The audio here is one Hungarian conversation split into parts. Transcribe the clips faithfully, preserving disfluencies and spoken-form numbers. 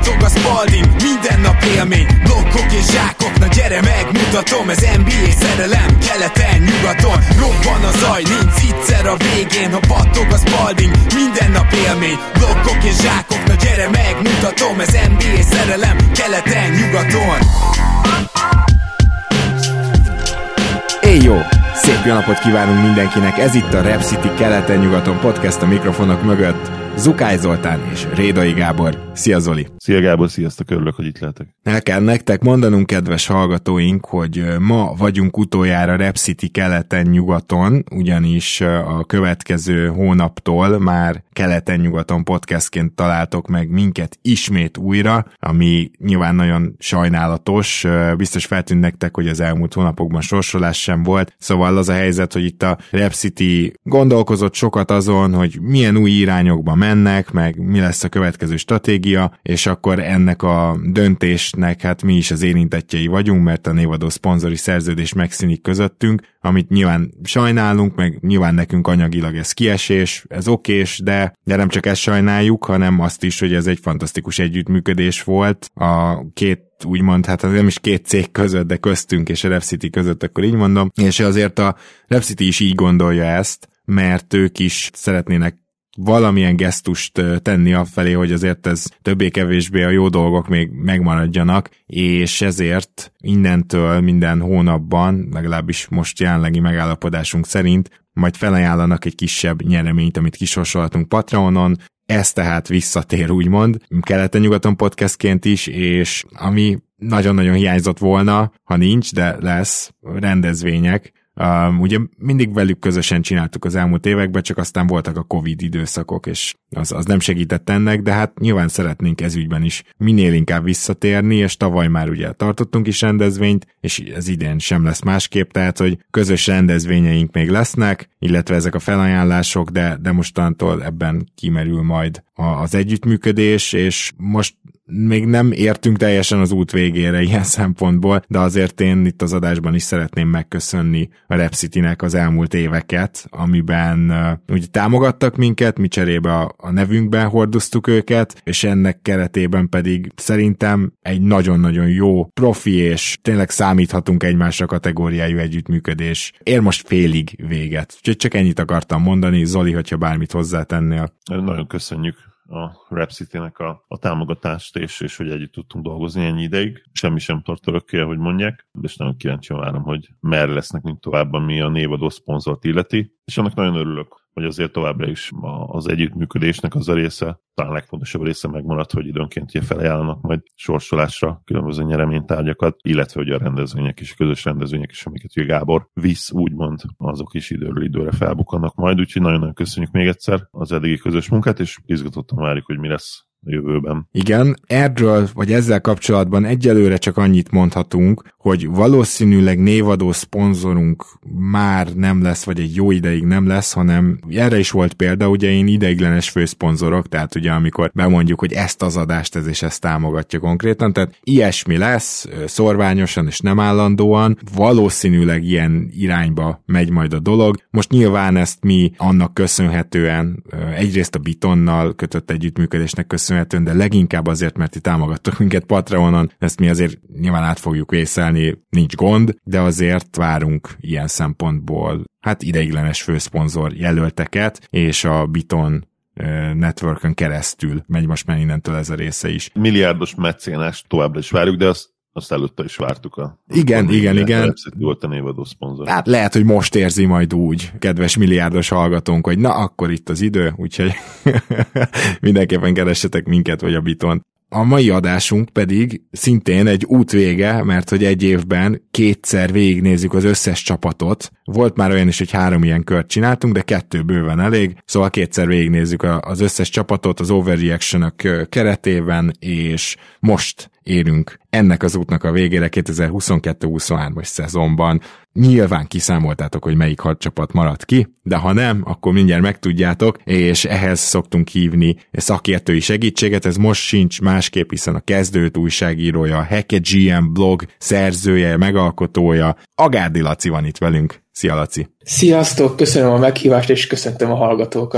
battog a Spalding, minden nap élmény, blokkok és zsákok, na gyere megmutatom, ez en bé á szerelem, keleten, nyugaton, robban a zaj, nincs egyszer a végén, ha battog a Spalding, minden nap élmény, blokkok és zsákok, na gyere megmutatom, ez en bé á szerelem, keleten, nyugaton. Éj jó! Szép jó napot kívánunk mindenkinek, ez itt a Rep City keleten-nyugaton podcast a mikrofonok mögött. Zukály Zoltán és Rédai Gábor. Szia Zoli! Szia Gábor, sziasztok, örülök, hogy itt lehetek. El kell nektek mondanunk, kedves hallgatóink, hogy ma vagyunk utoljára Rep City keleten-nyugaton, ugyanis a következő hónaptól már keleten-nyugaton podcastként találtok meg minket ismét újra, ami nyilván nagyon sajnálatos. Biztos feltűnt nektek, hogy az elmúlt hónapokban sorsolás sem volt, szóval az a helyzet, hogy itt a Rep City gondolkozott sokat azon, hogy milyen új irányokba mennek, meg mi lesz a következő stratégia, és akkor ennek a döntésnek hát mi is az érintettjei vagyunk, mert a névadó szponzori szerződés megszűnik közöttünk, amit nyilván sajnálunk, meg nyilván nekünk anyagilag ez kiesés, ez okés, de, de nem csak ezt sajnáljuk, hanem azt is, hogy ez egy fantasztikus együttműködés volt a két úgymond, hát nem is két cég között, de köztünk és a Rep City között, akkor így mondom, és azért a Rep City is így gondolja ezt, mert ők is szeretnének valamilyen gesztust tenni afelé, hogy azért ez többé-kevésbé a jó dolgok még megmaradjanak, és ezért innentől minden hónapban, legalábbis most jelenlegi megállapodásunk szerint, majd felajánlanak egy kisebb nyereményt, amit kisorsolhatunk Patreonon. Ez tehát visszatér, úgymond, keleten-nyugaton podcastként is, és ami nagyon-nagyon hiányzott volna, ha nincs, de lesz, rendezvények. Um, ugye mindig velük közösen csináltuk az elmúlt években, csak aztán voltak a Covid időszakok, és az, az nem segített ennek, de hát nyilván szeretnénk ez ügyben is minél inkább visszatérni, és tavaly már ugye tartottunk is rendezvényt, és ez idén sem lesz másképp, tehát hogy közös rendezvényeink még lesznek, illetve ezek a felajánlások, de, de mostantól ebben kimerül majd az együttműködés, és most még nem értünk teljesen az út végére ilyen szempontból, de azért én itt az adásban is szeretném megköszönni a Rep Citynek az elmúlt éveket, amiben uh, ugye támogattak minket, mi cserébe a, a nevünkben hordoztuk őket, és ennek keretében pedig szerintem egy nagyon-nagyon jó, profi és tényleg számíthatunk egymásra kategóriájú együttműködés. Ér most félig véget. Úgyhogy csak ennyit akartam mondani, Zoli, hogyha bármit hozzátennél. Nagyon köszönjük a Rep Citynek a, a támogatást, és, és hogy együtt tudtunk dolgozni ennyi ideig. Semmi sem tart örökké, hogy mondják, és nagyon kíváncsian várom, hogy merre lesznek, mint tovább, ami a névadó szponzort illeti. És annak nagyon örülök, hogy azért továbbra is az együttműködésnek az a része, talán legfontosabb része megmaradt, hogy időnként felajánlanak majd sorsolásra különböző nyereménytárgyakat, illetve hogy a rendezvények is, a közös rendezvények is, amiket ugye Gábor visz, úgymond, azok is időről időre felbukkannak majd, úgyhogy nagyon-nagyon köszönjük még egyszer az eddigi közös munkát, és izgatottan várjuk, hogy mi lesz a jövőben. Igen, erről, vagy ezzel kapcsolatban egyelőre csak annyit mondhatunk, hogy valószínűleg névadó szponzorunk már nem lesz, vagy egy jó ideig nem lesz, hanem erre is volt példa, ugye én ideiglenes főszponzorok, tehát ugye amikor bemondjuk, hogy ezt az adást ez és ezt támogatja konkrétan, tehát ilyesmi lesz, szorványosan és nem állandóan, valószínűleg ilyen irányba megy majd a dolog. Most nyilván ezt mi annak köszönhetően, egyrészt a Bitonnal kötött együttműködésnek köszönhetően, de leginkább azért, mert ti támogattok minket Patreonon, ezt mi azért nyilván át fogjuk vészelni, nincs gond, de azért várunk ilyen szempontból hát ideiglenes főszponzor jelölteket, és a Biton networkön keresztül megy most már innentől ez a része is. Milliárdos mecénás továbbra is várjuk, de azt Azt előtte is vártuk a... Igen, igen, igen. Volt a névadó szponzor. Hát lehet, hogy most érzi majd úgy, kedves milliárdos hallgatónk, hogy na, akkor itt az idő, úgyhogy mindenképpen keressetek minket, vagy a Bitont. A mai adásunk pedig szintén egy útvége, mert hogy egy évben kétszer végignézzük az összes csapatot. Volt már olyan is, hogy három ilyen kört csináltunk, de kettő bőven elég, szóval kétszer végignézzük az összes csapatot az overreaction-ök keretében, és most érünk ennek az útnak a végére kétezer-huszonkettő huszonhármas szezonban. Nyilván kiszámoltátok, hogy melyik hat csapat maradt ki, de ha nem, akkor mindjárt megtudjátok, és ehhez szoktunk hívni szakértői segítséget, ez most sincs másképp, hiszen a Kezdőt újságírója, a Heke gé em blog szerzője, megalkotója, Agárdi Laci van itt velünk. Szia, Laci! Sziasztok, köszönöm a meghívást, és köszöntöm a hallgatókat.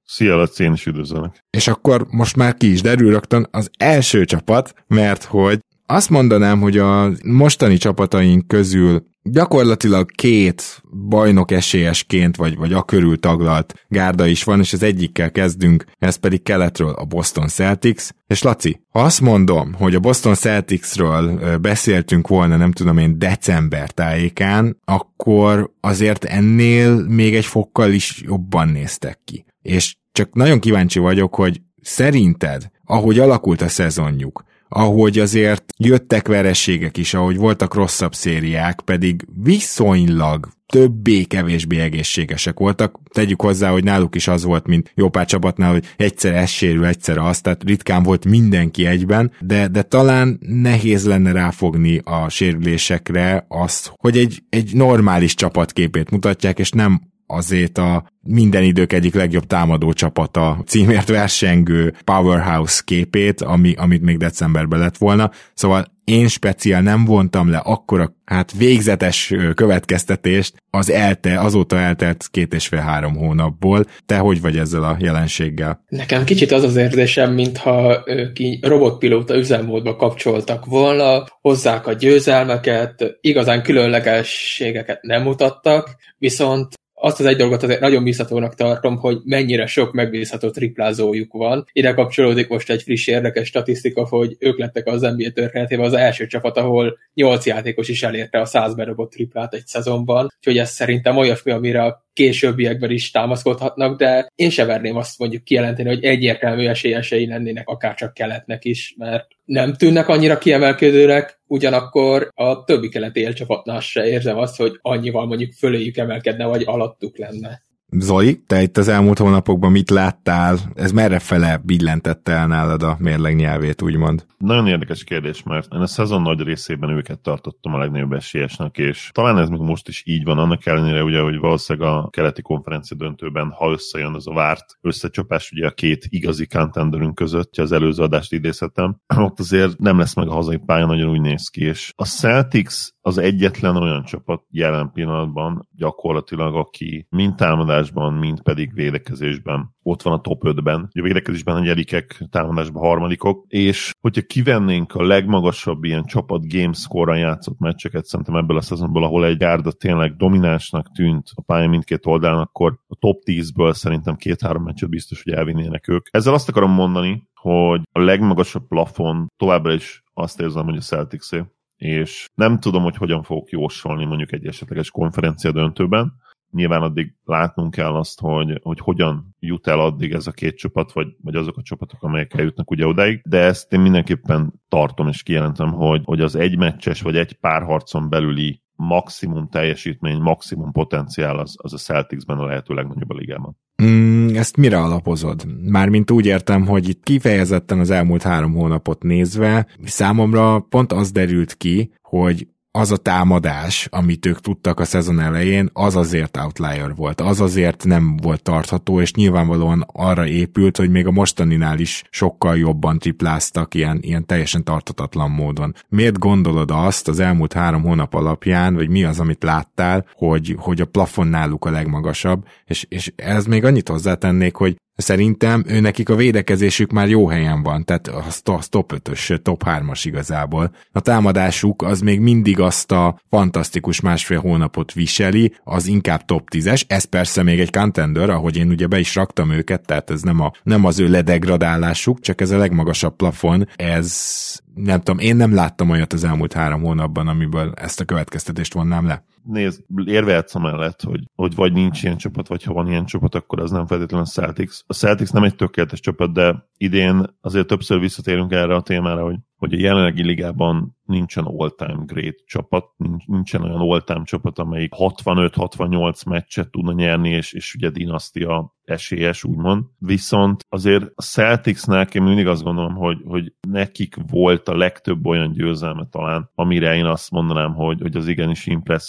Szia, Laci, én is üdvözlök. És akkor most már ki is derül rögtön az első csapat, mert hogy azt mondanám, hogy a mostani csapataink közül gyakorlatilag két bajnok esélyesként, vagy, vagy a körül taglalt gárda is van, és az egyikkel kezdünk, ez pedig keletről a Boston Celtics. És Laci, ha azt mondom, hogy a Boston Celticsről beszéltünk volna, nem tudom én, december tájékán, akkor azért ennél még egy fokkal is jobban néztek ki. És csak nagyon kíváncsi vagyok, hogy szerinted, ahogy alakult a szezonjuk, ahogy azért jöttek vereségek is, ahogy voltak rosszabb szériák, pedig viszonylag többé-kevésbé egészségesek voltak. Tegyük hozzá, hogy náluk is az volt, mint jó pár csapatnál, hogy egyszer ez sérül, egyszer az, tehát ritkán volt mindenki egyben, de, de talán nehéz lenne ráfogni a sérülésekre azt, hogy egy, egy normális csapatképét mutatják, és nem azért a minden idők egyik legjobb támadó csapata címért versengő powerhouse képét, ami, amit még decemberben lett volna. Szóval én speciál nem vontam le akkora, hát végzetes következtetést az elte, azóta eltelt két és fél-három hónapból. Te hogy vagy ezzel a jelenséggel? Nekem kicsit az az érzésem, mintha ők így robotpilóta üzemmódba kapcsoltak volna, hozzák a győzelmeket, igazán különlegességeket nem mutattak, viszont azt az egy dolgot azért nagyon bízhatónak tartom, hogy mennyire sok megbízható triplázójuk van. Ide kapcsolódik most egy friss érdekes statisztika, hogy ők lettek az en bé á történetében az első csapat, ahol nyolc játékos is elérte a száz bedobott triplát egy szezonban. Úgyhogy ez szerintem olyasmi, amire a későbbiekben is támaszkodhatnak, de én sem verném azt mondjuk kijelenteni, hogy egyértelmű esélyesei lennének akárcsak keletnek is, mert nem tűnnek annyira kiemelkedőnek, ugyanakkor a többi keleti élcsapatnál se érzem azt, hogy annyival mondjuk föléjük emelkedne, vagy alattuk lenne. Zoli, te itt az elmúlt hónapokban mit láttál? Ez merre fele billentette el nálad a mérleg nyelvét, úgymond? Nagyon érdekes kérdés, mert én a szezon nagy részében őket tartottam a legnagyobb esélyesnek, és talán ez még most is így van, annak ellenére, ugye, hogy valószínűleg a keleti konferencia döntőben, ha összejön az a várt összecsapás, ugye a két igazi contenderünk között, az előző adást idézhetem, ott azért nem lesz meg a hazai pálya, nagyon úgy néz ki, és a Celtics az egyetlen olyan csapat jelen pillanatban gyakorlatilag, aki mind támadásban, mind pedig védekezésben ott van a top ötben. A védekezésben negyedikek, támadásban harmadikok, és hogyha kivennénk a legmagasabb ilyen csapat game score-ra játszott meccseket, szerintem ebből a szezonból, ahol egy gárda tényleg dominánsnak tűnt a pálya mindkét oldalán, akkor a top tízből szerintem két-három meccset biztos, hogy elvinnének ők. Ezzel azt akarom mondani, hogy a legmagasabb plafon továbbra is azt érzem, hogy a Celticsé, és nem tudom, hogy hogyan fogok jósolni mondjuk egy esetleges konferencia döntőben. Nyilván addig látnunk kell azt, hogy, hogy hogyan jut el addig ez a két csapat, vagy, vagy azok a csapatok, amelyek eljutnak ugye odáig, de ezt én mindenképpen tartom és kijelentem, hogy, hogy az egy meccses vagy egy párharcon belüli maximum teljesítmény, maximum potenciál az, az a Celticsben a lehető legnagyobb a ligában. Mm, ezt mire alapozod? Mármint úgy értem, hogy itt kifejezetten az elmúlt három hónapot nézve számomra pont az derült ki, hogy az a támadás, amit ők tudtak a szezon elején, az azért outlier volt, az azért nem volt tartható, és nyilvánvalóan arra épült, hogy még a mostaninál is sokkal jobban tripláztak ilyen, ilyen teljesen tarthatatlan módon. Miért gondolod azt az elmúlt három hónap alapján, vagy mi az, amit láttál, hogy, hogy a plafon náluk a legmagasabb, és, és ez még annyit hozzátennék, hogy szerintem ő nekik a védekezésük már jó helyen van, tehát az top ötös, top hármas igazából. A támadásuk az még mindig azt a fantasztikus másfél hónapot viseli, az inkább top tízes, ez persze még egy contender, ahogy én ugye be is raktam őket, tehát ez nem, a, nem az ő ledegradálásuk, csak ez a legmagasabb plafon, ez nem tudom, én nem láttam olyat az elmúlt három hónapban, amiből ezt a következtetést vonnám le. Nézd, érvehetsz amellett, hogy, hogy vagy nincs ilyen csapat, vagy ha van ilyen csapat, akkor az nem feltétlenül a Celtics. A Celtics nem egy tökéletes csapat, de idén azért többször visszatérünk erre a témára, hogy, hogy a jelenlegi ligában nincsen all-time great csapat, nincs, nincsen olyan all-time csapat, amelyik hatvanöt-hatvannyolc meccset tudna nyerni, és, és ugye dinasztia esélyes, úgymond. Viszont azért a Celticsnek én mindig azt gondolom, hogy, hogy nekik volt a legtöbb olyan győzelme talán, amire én azt mondanám, hogy, hogy az igenis impresszív.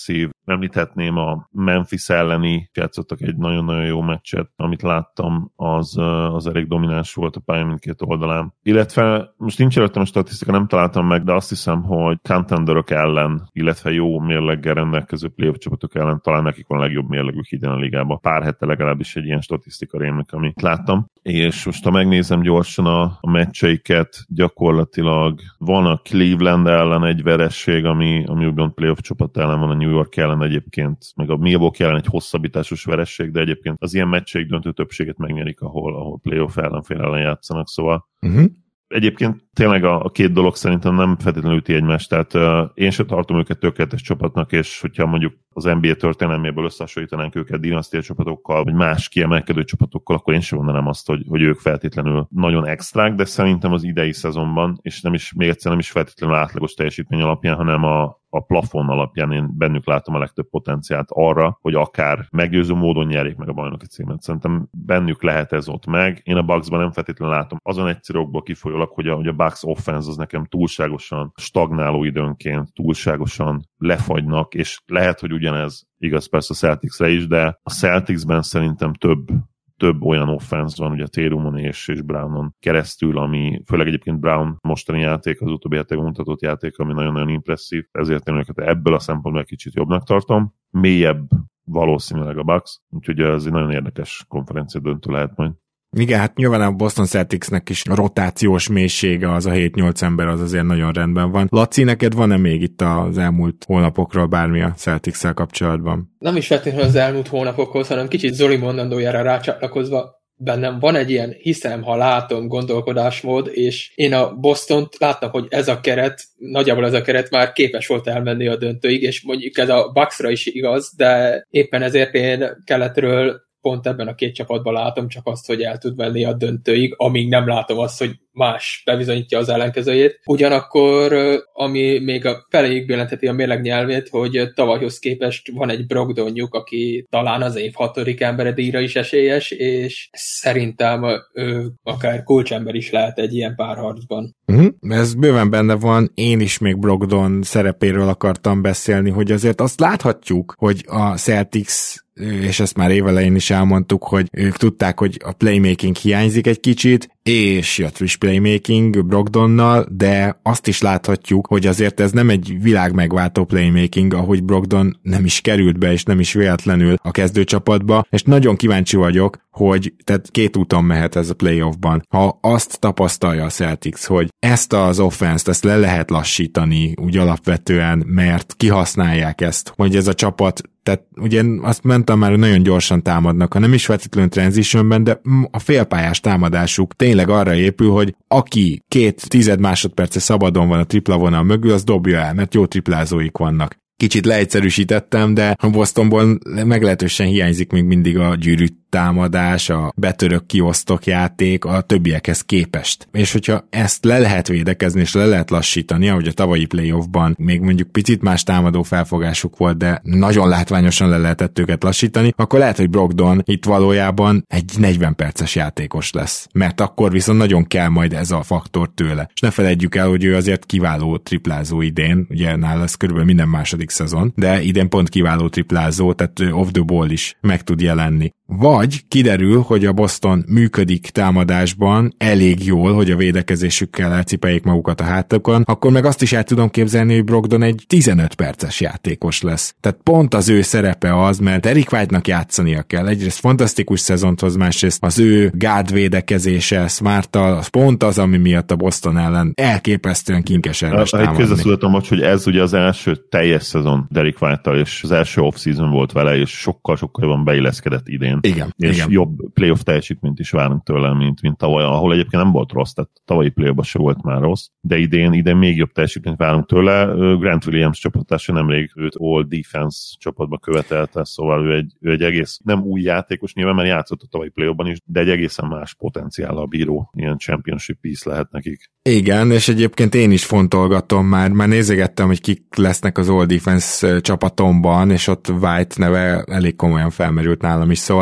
említhetném a Memphis elleni, játszottak egy nagyon-nagyon jó meccset, amit láttam, az, az elég domináns volt a pálya mindkét oldalán. Illetve most nincs előttem a statisztika, nem találtam meg, de azt hiszem, hogy contenderök ellen, illetve jó mérleggel rendelkező playoff csapatok ellen talán nekik van a legjobb mérlegük idén a ligában. Pár hete legalábbis egy ilyen statisztika rémlik, amit láttam. És most ha megnézem gyorsan a, a meccseiket, gyakorlatilag van a Cleveland ellen egy veresség, ami, ami úgymond playoff csapat ellen van, a New York ellen egyébként, meg a Milwaukee ellen egy hosszabbításos veresség, de egyébként az ilyen meccseik döntő többséget megnyerik, ahol, ahol playoff ellenfél ellen játszanak, szóval uh-huh. Egyébként tényleg a, a két dolog szerintem nem feltétlenül üti egymást, tehát uh, én sem tartom őket tökéletes csapatnak, és hogyha mondjuk az en bé á történelméből összehasonlítanánk őket dinasztia csapatokkal, vagy más kiemelkedő csapatokkal, akkor én sem mondanám azt, hogy, hogy ők feltétlenül nagyon extrák, de szerintem az idei szezonban, és nem is, még egyszer nem is feltétlenül átlagos teljesítmény alapján, hanem a, a plafon alapján én bennük látom a legtöbb potenciált arra, hogy akár meggyőző módon nyerjék meg a bajnoki címet. Szerintem bennük lehet ez ott meg. Én a Bucksban nem feltétlenül látom azon egyszerű okból kifolyólag, hogy a, hogy a Bucks offense az nekem túlságosan stagnáló időnként, túlságosan lefagynak, és lehet, hogy ugyanez igaz persze a Celticsre is, de a Celticsben szerintem több több olyan offense van, ugye Tatumon és, és Brownon keresztül, ami főleg egyébként Brown mostani játék, az utóbbi hetekben mutatott játék, ami nagyon-nagyon impresszív, ezért én őket ebből a szempontból kicsit jobbnak tartom. Mélyebb valószínűleg a Bucks, úgyhogy ez egy nagyon érdekes konferencia döntő lehet majd. Igen, hát nyilván a Boston Celticsnek is rotációs mélysége, az a hét-nyolc ember az azért nagyon rendben van. Laci, neked van-e még itt az elmúlt hónapokról bármi a Celtics-szel kapcsolatban? Nem is feltétlenül az elmúlt hónapokhoz, hanem kicsit Zoli mondandójára rácsatlakozva, bennem van egy ilyen hiszem, ha látom gondolkodásmód, és én a Bostont láttam, hogy ez a keret, nagyjából ez a keret már képes volt elmenni a döntőig, és mondjuk ez a Bucksra is igaz, de éppen ezért én keletről pont ebben a két csapatban látom csak azt, hogy el tud menni a döntőig, amíg nem látom azt, hogy más bebizonyítja az ellenkezőjét. Ugyanakkor, ami még a feléig jelentheti a mérleg nyelvét, hogy tavalyhoz képest van egy Brogdonjuk, aki talán az év hatodik embere díjra is esélyes, és szerintem ő akár kulcsember is lehet egy ilyen párharcban. Uh-huh. Ez bőven benne van, én is még Brogdon szerepéről akartam beszélni, hogy azért azt láthatjuk, hogy a Celtics, és ezt már évelején is elmondtuk, hogy ők tudták, hogy a playmaking hiányzik egy kicsit, és jött friss playmaking Brogdonnal, de azt is láthatjuk, hogy azért ez nem egy világ megváltó playmaking, ahogy Brogdon nem is került be, és nem is véletlenül a kezdőcsapatba, és nagyon kíváncsi vagyok, hogy tehát két úton mehet ez a playoffban. Ha azt tapasztalja a Celtics, hogy ezt az offense-t, ezt le lehet lassítani úgy alapvetően, mert kihasználják ezt, hogy ez a csapat, tehát ugye azt mondtam már, hogy nagyon gyorsan támadnak, ha nem is feltétlenül transitionben, de a félpályás támadásuk tényleg arra épül, hogy aki két tized másodperce szabadon van a tripla vonal mögül, az dobja el, mert jó triplázóik vannak. Kicsit leegyszerűsítettem, de a Bostonból meglehetősen hiányzik még mindig a gyűrű támadás, a betörök kiosztok játék a többiekhez képest. És hogyha ezt le lehet védekezni, és le lehet lassítani, ahogy a tavalyi playoffban még mondjuk picit más támadó felfogásuk volt, de nagyon látványosan le lehetett őket lassítani, akkor lehet, hogy Brogdon itt valójában egy negyven perces játékos lesz. Mert akkor viszont nagyon kell majd ez a faktor tőle. És ne felejtjük el, hogy ő azért kiváló triplázó idén, ugye nála ez körülbelül minden második szezon, de idén pont kiváló triplázó, tehát off the ball is meg tud jelenni. Vagy kiderül, hogy a Boston működik támadásban elég jól, hogy a védekezésükkel elcipeljék magukat a hátukon, akkor meg azt is el tudom képzelni, hogy Brogdon egy tizenöt perces játékos lesz. Tehát pont az ő szerepe az, mert Derrick White-nak játszania kell. Egyrészt fantasztikus szezont hoz, másrészt az ő guard védekezése Smarttal, az pont az, ami miatt a Boston ellen elképesztően kinkes erős támadni. Közösszületem, hogy ez ugye az első teljes szezon Derrick White-tal, és az első off-season volt vele, és sokkal-sokkal jobban beilleszkedett idén. Igen, és igen. Jobb playoff teljesítményt is várunk tőle, mint, mint tavaly, ahol egyébként nem volt rossz, tehát tavalyi playoffban se volt már rossz, de idén, idén még jobb teljesítményt várunk tőle. Grant Williams csapatása nemrég őt all defense csapatba követelte, szóval ő egy, ő egy egész nem új játékos, nyilván már játszott a tavalyi playoffban is, de egy egészen más potenciállal bíró, ilyen championship piece lehet nekik. Igen, és egyébként én is fontolgatom már, már nézegettem, hogy kik lesznek az all defense csapatomban, és ott White neve elég komolyan felmerült nálam is, szóval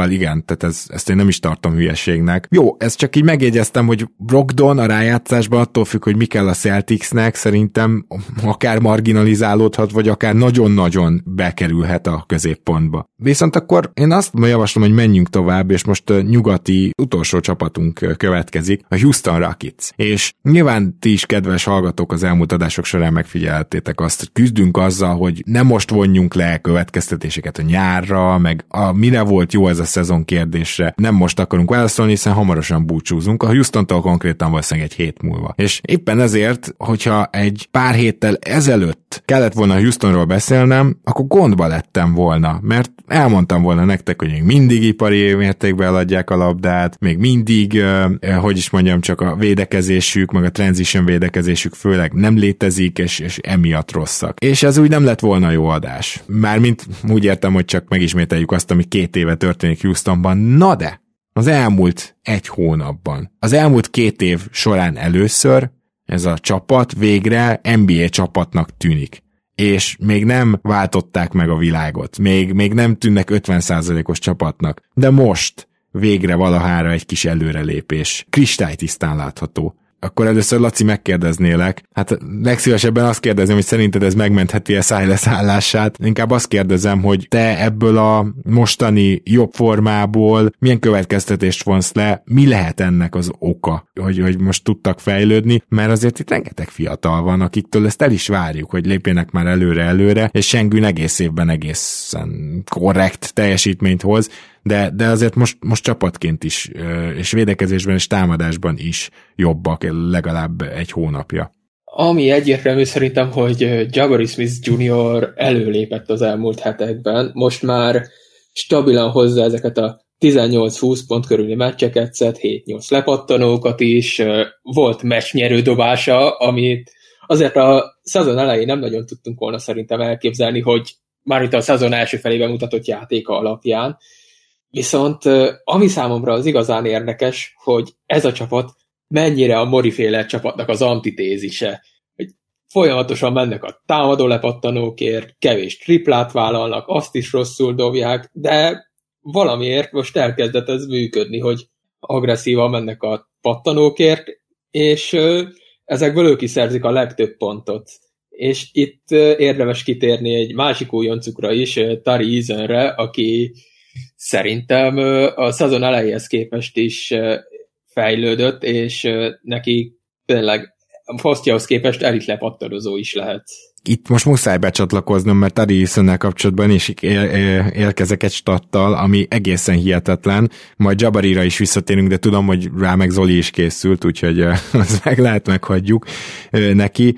Szóval igen, tehát ez, ezt én nem is tartom hülyeségnek. Jó, ezt csak így megjegyeztem, hogy Brogdon a rájátszásban attól függ, hogy mi kell a Celticsnek, szerintem akár marginalizálódhat, vagy akár nagyon-nagyon bekerülhet a középpontba. Viszont akkor én azt javaslom, hogy menjünk tovább, és most a nyugati utolsó csapatunk következik, a Houston Rockets. És nyilván ti is, kedves hallgatók, az elmúlt adások során megfigyeltétek azt, hogy küzdünk azzal, hogy nem most vonjunk le következtetéseket a nyárra, meg a mire volt jó ez a szezon kérdésre nem most akarunk válaszolni, hiszen hamarosan búcsúzunk. A Houstontól konkrétan valószínűleg egy hét múlva. És éppen ezért, hogyha egy pár héttel ezelőtt kellett volna Houstonról beszélnem, akkor gondba lettem volna, mert elmondtam volna nektek, hogy még mindig ipari mértékben eladják a labdát, még mindig, eh, hogy is mondjam, csak a védekezésük, meg a transition védekezésük főleg nem létezik, és, és emiatt rosszak. És ez úgy nem lett volna jó adás. Mármint úgy értem, hogy csak megismételjük azt, ami két éve történik Houstonban. Na de, az elmúlt egy hónapban, az elmúlt két év során először ez a csapat végre en bé á csapatnak tűnik. És még nem váltották meg a világot, még, még nem tűnnek ötven százalékos csapatnak, de most végre valahára egy kis előrelépés. Kristálytisztán látható. Akkor először, Laci, megkérdeznélek. Hát legszívesebben azt kérdezem, hogy szerinted ez megmentheti-e Silas állását. Inkább azt kérdezem, hogy te ebből a mostani jobb formából milyen következtetést vonsz le, mi lehet ennek az oka, hogy, hogy most tudtak fejlődni, mert azért itt rengeteg fiatal van, akiktől ezt el is várjuk, hogy lépjenek már előre-előre, és Sengun egész évben egészen korrekt teljesítményt hoz, de, de azért most, most csapatként is, és védekezésben és támadásban is jobbak legalább egy hónapja. Ami egyértelmű szerintem, hogy Jabari Smith junior előlépett az elmúlt hetekben, most már stabilan hozza ezeket a tizennyolc-húsz pont körüli meccseket, szed hét-nyolc lepattanókat is, volt meccsnyerő dobása, amit azért a szezon elején nem nagyon tudtunk volna szerintem elképzelni, hogy már itt a szezon első felében mutatott játéka alapján. Viszont ami számomra az igazán érdekes, hogy ez a csapat mennyire a Moriféle csapatnak az antitézise. Hogy folyamatosan mennek a támadó lepattanókért, kevés triplát vállalnak, azt is rosszul dobják, de valamiért most elkezdett ez működni, hogy agresszívan mennek a pattanókért, és ezekből ők is szerzik a legtöbb pontot. És itt érdemes kitérni egy másik újoncukra is, Tari Easonre, aki szerintem a szezon elejéhez képest is fejlődött, és neki tényleg a posztjához képest elit lepattanozó is lehet. Itt most muszáj becsatlakoznom, mert Tari Easonnel kapcsolatban is érkezek egy stattal, ami egészen hihetetlen. Majd Jabarira is visszatérünk, de tudom, hogy rá meg Zoli is készült, úgyhogy azt meg lehet meghagyjuk neki.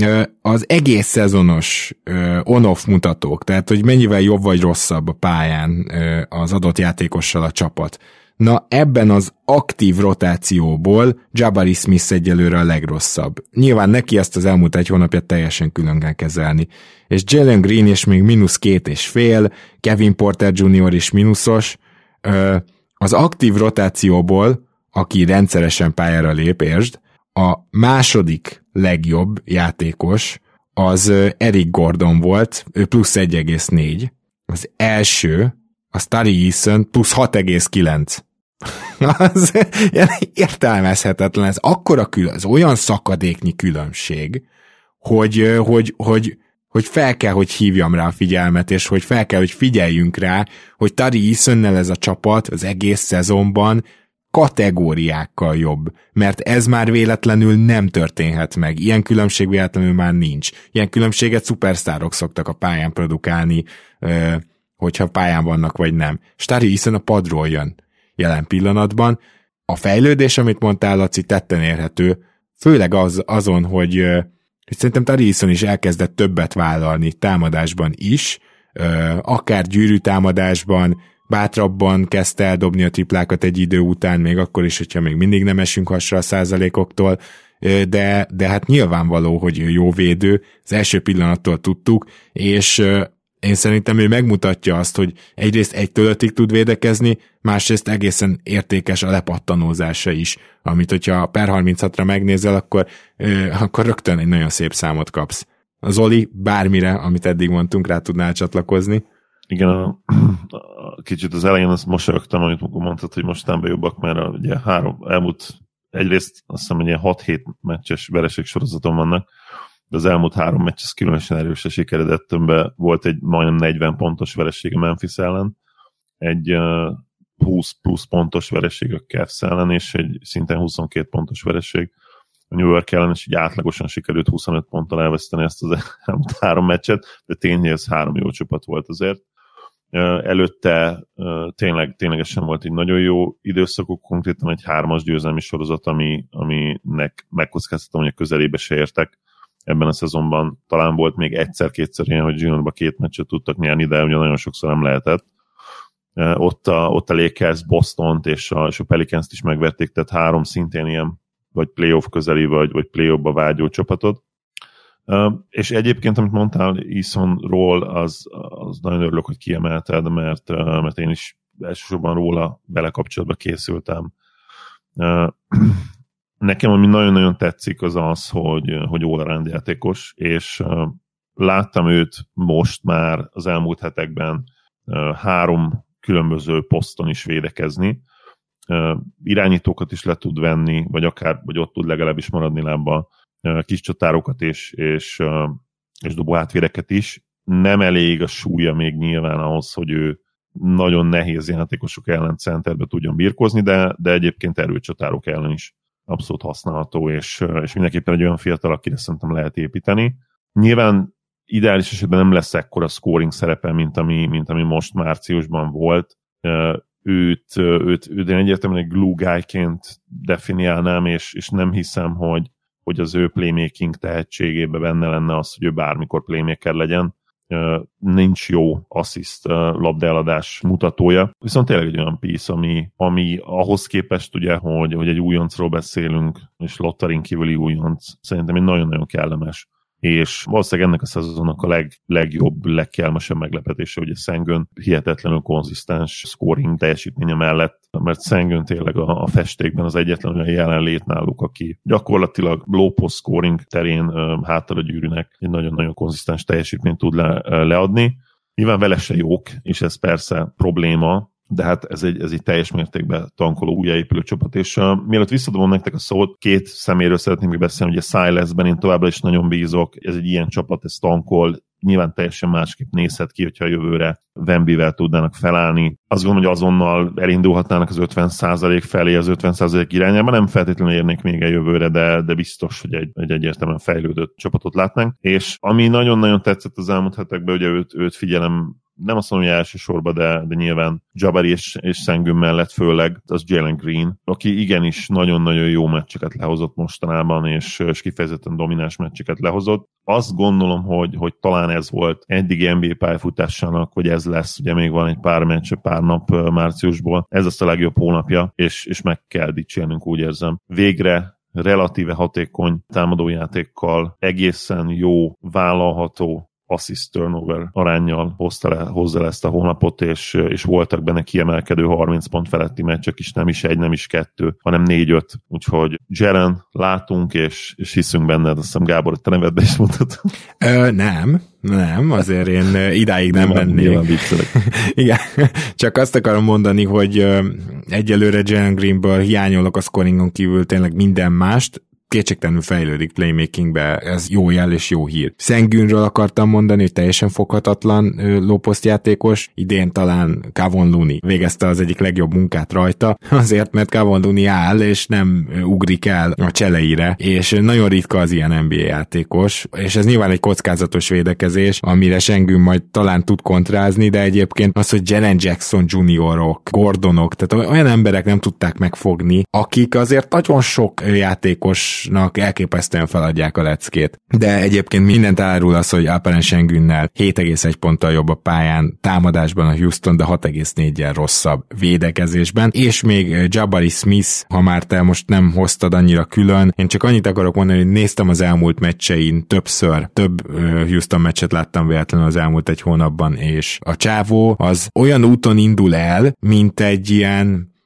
Az egész szezonos on-off mutatók, tehát hogy mennyivel jobb vagy rosszabb a pályán az adott játékossal a csapat. Na ebben az aktív rotációból Jabari Smith egyelőre a legrosszabb. Nyilván neki ezt az elmúlt egy hónapját teljesen külön kell kezelni. És Jalen Green is még mínusz két és fél, Kevin Porter junior is mínuszos. Az aktív rotációból, aki rendszeresen pályára lép, értsd, a második legjobb játékos az Eric Gordon volt, ő plusz egy egész négy. Az első, az Tari Eason plusz hat egész kilenc. Az értelmezhetetlen, ez akkora külön, ez olyan szakadéknyi különbség, hogy, hogy, hogy, hogy fel kell, hogy hívjam rá a figyelmet, és hogy fel kell, hogy figyeljünk rá, hogy Tari Easonnel ez a csapat az egész szezonban kategóriákkal jobb, mert ez már véletlenül nem történhet meg. Ilyen különbség véletlenül már nincs. Ilyen különbséget szupersztárok szoktak a pályán produkálni, hogyha pályán vannak, vagy nem. És Tari Eason a padról jön jelen pillanatban. A fejlődés, amit mondtál, Laci, tetten érhető, főleg az, azon, hogy, hogy szerintem Tari Eason is elkezdett többet vállalni támadásban is, akár gyűrű támadásban, bátrabban kezdte eldobni a triplákat egy idő után, még akkor is, hogyha még mindig nem esünk hasra a százalékoktól, de, de hát nyilvánvaló, hogy jó védő, az első pillanattól tudtuk, és én szerintem ő megmutatja azt, hogy egyrészt egytől ötig tud védekezni, másrészt egészen értékes a lepattanózása is, amit hogyha per harmincatra megnézel, akkor, akkor rögtön egy nagyon szép számot kapsz. Zoli, bármire, amit eddig mondtunk, rá tudnál csatlakozni? Igen, a, a, kicsit az elején azt mosolyogtam, amit mondtad, hogy mostanában jobbak, mert ugye három elmúlt, egyrészt azt hiszem, hogy ilyen hat-hét meccses vereség sorozaton vannak, de az elmúlt három meccs az különösen erősen sikeredett, többben volt egy majdnem negyven pontos vereség a Memphis ellen, egy uh, húsz plusz pontos vereség a Cavs ellen, és egy szintén huszonkét pontos vereség a New York ellen, és így átlagosan sikerült huszonöt ponttal elveszteni ezt az elmúlt három meccset, de tényleg ez három jó csapat volt azért. Előtte tényleg, ténylegesen volt egy nagyon jó időszakuk, konkrétan egy hármas győzelmi sorozat, ami, aminek megkockáztatom, hogy a közelébe se értek. Ebben a szezonban talán volt még egyszer-kétszer ilyen, hogy zsinórba két meccset tudtak nyerni, de ugye nagyon sokszor nem lehetett. Ott a, ott a Lakers, Bostont és a, és a Pelicans-t is megverték, tehát három szintén ilyen vagy playoff közeli, vagy, vagy playoffba vágyó csapatot. Uh, és egyébként, amit mondtál Easonról, az, az nagyon örülök, hogy kiemelted, mert, uh, mert én is elsősorban róla belekapcsolatba készültem. Uh, nekem, ami nagyon-nagyon tetszik, az az, hogy, hogy all-around játékos, és uh, láttam őt most már az elmúlt hetekben uh, három különböző poszton is védekezni. Uh, irányítókat is le tud venni, vagy akár, vagy ott tud legalábbis maradni lábba, uh, kis csatárokat is, és, uh, és dobó átvéreket is. Nem elég a súlya még nyilván ahhoz, hogy ő nagyon nehéz játékosok ellen centerbe tudjon birkózni, de, de egyébként erőcsatárok ellen is abszolút használható, és, és mindenképpen egy olyan fiatal, akire szerintem lehet építeni. Nyilván ideális esetben nem lesz ekkora scoring szerepe, mint ami, mint ami most márciusban volt. Uh, őt, őt, őt én egyértelműen egy glue guy-ként definiálnám, és, és nem hiszem, hogy, hogy az ő playmaking tehetségében benne lenne az, hogy ő bármikor playmaker legyen. Nincs jó assziszt labdaeladás mutatója, viszont tényleg egy olyan piece, ami, ami ahhoz képest ugye, hogy, hogy egy újoncról beszélünk, és Lottarin kívüli újonc, szerintem egy nagyon-nagyon kellemes, és valószínűleg ennek a szezonnak a leg, legjobb, legkelmesebb meglepetése, ugye Sengun hihetetlenül konzisztens scoring teljesítménye mellett, mert Sengun tényleg a, a festékben az egyetlen olyan jelenlét náluk, aki gyakorlatilag low post scoring terén háttal a gyűrűnek egy nagyon-nagyon konzisztens teljesítményt tud le, leadni. Nyilván vele se jók, és ez persze probléma, de hát ez egy, ez egy teljes mértékben tankoló, újjáépülő csapat, és uh, mielőtt visszadobom nektek a szót, két szeméről szeretném még beszélni, hogy a Silasben én továbbra is nagyon bízok, ez egy ilyen csapat, ez tankol, nyilván teljesen másképp nézhet ki, hogyha a jövőre Wembyvel tudnának felállni. Azt gondolom, hogy azonnal elindulhatnának az ötven százalék felé, az ötven százalék irányába, nem feltétlenül érnék még a jövőre, de, de biztos, hogy egy, egy egyértelműen fejlődött csapatot látnánk. És ami nagyon-nagyon tetszett az elmúlt hetekben, ugye őt, őt figyelem, nem azt mondom, hogy elsősorban, de, de nyilván Jabari és, és Sengun mellett főleg, az Jalen Green, aki igenis nagyon-nagyon jó meccseket lehozott mostanában, és, és kifejezetten domináns meccseket lehozott. Azt gondolom, hogy, hogy talán ez volt eddigi en bé á pályafutásának, hogy ez lesz, ugye még van egy pár meccs, pár nap márciusból, ez az a legjobb hónapja, és, és meg kell dicsérnünk, úgy érzem. Végre relatíve hatékony támadójátékkal, egészen jó, vállalható assist turnover aránnyal hozta le, hozza le ezt a hónapot, és, és voltak benne kiemelkedő harminc pont feletti meccsek is, nem is egy, nem is kettő, hanem négy-öt. Úgyhogy Jaren látunk, és, és hiszünk benned, azt hiszem Gábor, te nevedbe is mondtad. Ö, nem, nem, azért én idáig nem mennék. Igen, csak azt akarom mondani, hogy egyelőre Jalen Greenből hiányolok a scoringon kívül tényleg minden mást, kétségtelenül fejlődik playmakingbe, ez jó jel és jó hír. Sengunről akartam mondani, hogy teljesen foghatatlan low-post játékos, idén talán Kevon Looney végezte az egyik legjobb munkát rajta, azért, mert Kevon Looney áll, és nem ugrik el a cseleire, és nagyon ritka az ilyen en bé á játékos, és ez nyilván egy kockázatos védekezés, amire Sengun majd talán tud kontrázni, de egyébként az, hogy Jaren Jackson juniorok, Gordonok, tehát olyan emberek nem tudták megfogni, akik azért nagyon sok játékos elképesztően feladják a leckét. De egyébként mindent elárul az, hogy Alperen Sengunnel hét egész egy ponttal jobb a pályán, támadásban a Houston, de hat egész néggyel rosszabb védekezésben, és még Jabari Smith, ha már te most nem hoztad annyira külön, én csak annyit akarok mondani, hogy néztem az elmúlt meccsein többször, több Houston meccset láttam véletlenül az elmúlt egy hónapban, és a csávó az olyan úton indul el, mint egy ilyen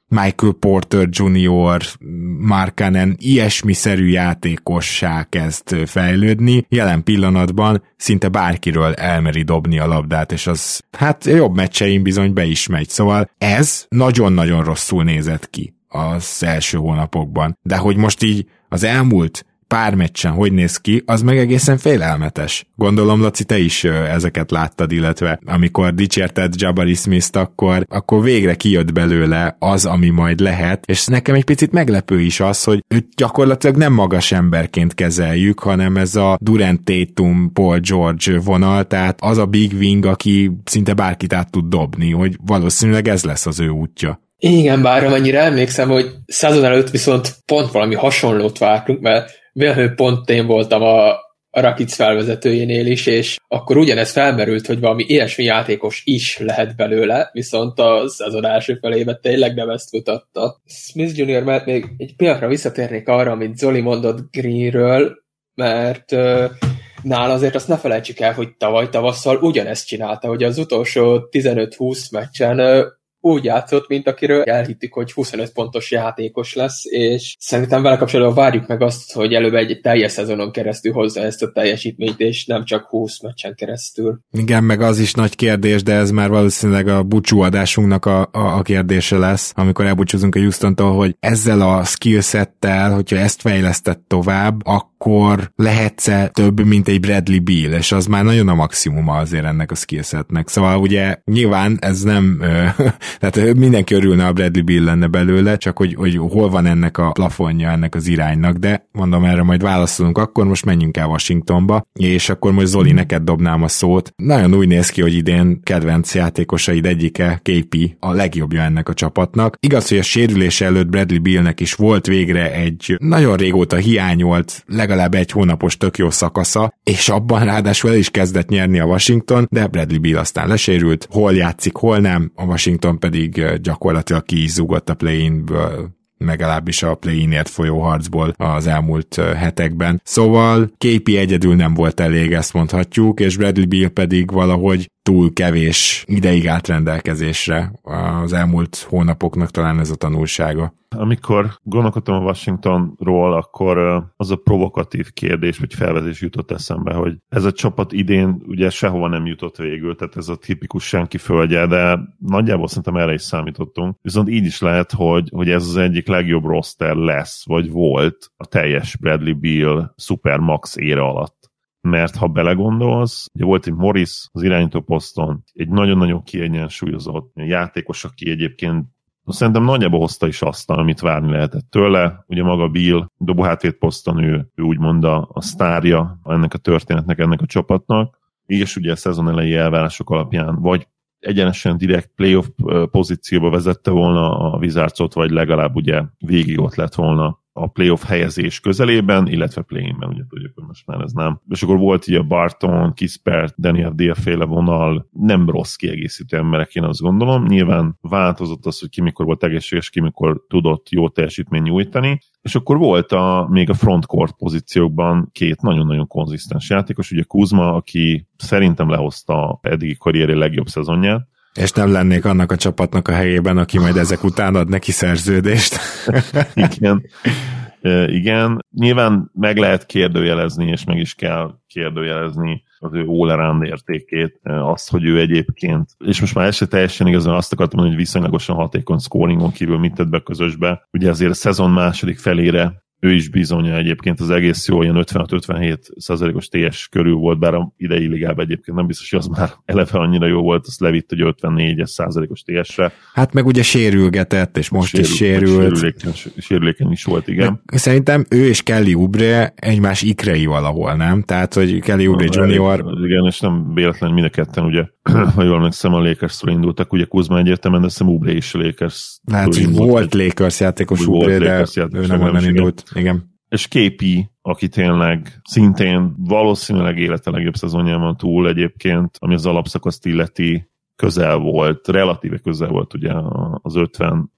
Michael Porter junior, Markkanen, ilyesmiszerű játékossá kezd fejlődni. Jelen pillanatban szinte bárkiről elmeri dobni a labdát, és az hát jobb meccsein bizony be is megy. Szóval ez nagyon-nagyon rosszul nézett ki az első hónapokban. De hogy most így az elmúlt pár meccsen hogy néz ki, az meg egészen félelmetes. Gondolom, Laci, te is ezeket láttad, illetve amikor dicsérted Jabari Smith-t, akkor, akkor végre kijött belőle az, ami majd lehet, és nekem egy picit meglepő is az, hogy őt gyakorlatilag nem magas emberként kezeljük, hanem ez a Durant, Tatum, Paul George vonal, tehát az a big wing, aki szinte bárkit át tud dobni, hogy valószínűleg ez lesz az ő útja. Igen, bár amennyire emlékszem, hogy szezon előtt viszont pont valami hasonlót vártunk, mert véletlenül pont én voltam a, a Rakic felvezetőjénél is, és akkor ugyanez felmerült, hogy valami ilyesmi játékos is lehet belőle, viszont a szezon első felében tényleg nem ezt mutatta. Smith junior mert még egy pillanatra visszatérnék arra, amit Zoli mondott Greenről, mert uh, nála azért azt ne felejtsük el, hogy tavaly tavasszal ugyanezt csinálta, hogy az utolsó tizenöt-húsz meccsen uh, úgy játszott, mint akiről elhittük, hogy huszonöt pontos játékos lesz, és szerintem vele kapcsolatban várjuk meg azt, hogy előbb egy teljes szezonon keresztül hozza ezt a teljesítményt, és nem csak húsz meccsen keresztül. Igen, meg az is nagy kérdés, de ez már valószínűleg a búcsúadásunknak a, a, a kérdése lesz, amikor elbúcsúzunk a Houstontól, hogy ezzel a skillsettel, hogyha ezt fejlesztett tovább, akkor lehetsz-e több, mint egy Bradley Beal, és az már nagyon a maximuma azért ennek a skillsetnek. Szóval ugye nyilván ez nem... Tehát mindenki örülne, a Bradley Beal lenne belőle, csak hogy, hogy hol van ennek a plafonja, ennek az iránynak, de mondom, erre majd válaszolunk, akkor most menjünk el Washingtonba, és akkor most Zoli, neked dobnám a szót. Nagyon úgy néz ki, hogy idén kedvenc játékosaid egyike, ká pé, a legjobbja ennek a csapatnak. Igaz, hogy a sérülés előtt Bradley Bealnek is volt végre egy nagyon régóta hiányolt, legalább egy hónapos tök jó szakasza, és abban ráadásul el is kezdett nyerni a Washington, de Bradley Beal aztán lesérült, hol játszik, hol nem, a Washington pedig gyakorlatilag ki is zúgott a play-inből, legalábbis a play-inért folyó harcból az elmúlt hetekben. Szóval ká pé egyedül nem volt elég, ezt mondhatjuk, és Bradley Beal pedig valahogy túl kevés ideig állt rendelkezésre. Az elmúlt hónapoknak talán ez a tanulsága. Amikor gondolkodtam a Washingtonról, akkor az a provokatív kérdés, vagy felvetés jutott eszembe, hogy ez a csapat idén ugye sehova nem jutott végül, tehát ez a tipikus senki földje, de nagyjából szerintem erre is számítottunk. Viszont így is lehet, hogy, hogy ez az egyik legjobb roster lesz, vagy volt a teljes Bradley Beal Supermax éra alatt. Mert ha belegondolsz, ugye volt egy Morris az irányító poszton, egy nagyon-nagyon kiegyensúlyozott játékos, aki egyébként szerintem nagyjából hozta is azt, amit várni lehetett tőle. Ugye maga Beal dobóhátvéd poszton, ő, ő úgymond a, a sztárja ennek a történetnek, ennek a csapatnak. És ugye a szezon elejé elvárások alapján vagy egyenesen direkt playoff pozícióba vezette volna a Wizardsot, vagy legalább ugye végig ott lett volna a playoff helyezés közelében, illetve play-inben, ugye tudjuk, hogy most már ez nem. És akkor volt így a Barton, Kispert, Daniel Deal féle vonal, nem rossz kiegészítő emberek, én azt gondolom. Nyilván változott az, hogy ki mikor volt egészséges, ki mikor tudott jó teljesítmény nyújtani, és akkor volt a, még a frontcourt pozíciókban két nagyon-nagyon konzisztens játékos, ugye Kuzma, aki szerintem lehozta eddigi karrieri legjobb szezonját, és nem lennék annak a csapatnak a helyében, aki majd ezek után ad neki szerződést. Igen. Igen. Nyilván meg lehet kérdőjelezni, és meg is kell kérdőjelezni az ő all-around értékét, azt, hogy ő egyébként, és most már ez se teljesen igazán azt akartam mondani, hogy viszonylagosan hatékony scoringon kívül mit tett be közösbe. Ugye azért a szezon második felére ő is bizonyja egyébként az egész jó, ilyen ötvenhat-ötvenhét százalékos té es körül volt, bár a idei ligában egyébként nem biztos, hogy az már eleve annyira jó volt, azt levitt, hogy ötvennégy százalékos té esre. Hát meg ugye sérülgetett, és most Sérül, is sérült. Sérülékeny, sérülékeny is volt, igen. Meg szerintem ő és Kelly Oubre egymás ikrei valahol, nem? Tehát, hogy Kelly Oubre na, junior... Igen, és nem véletlenül mind a ketten, ugye, ha jól megszem, a Lakers-től indultak, ugye Kuzma egyértelműen, de szem Oubre is a Lakers. Hát, hogy volt Lakers játékos Oubre, de ő nem onnan indult. Igen. És ká pé, aki tényleg szintén valószínűleg élete legjobb szezonjában túl egyébként, ami az alapszakaszt illeti, közel volt, relatíve közel volt ugye az ötven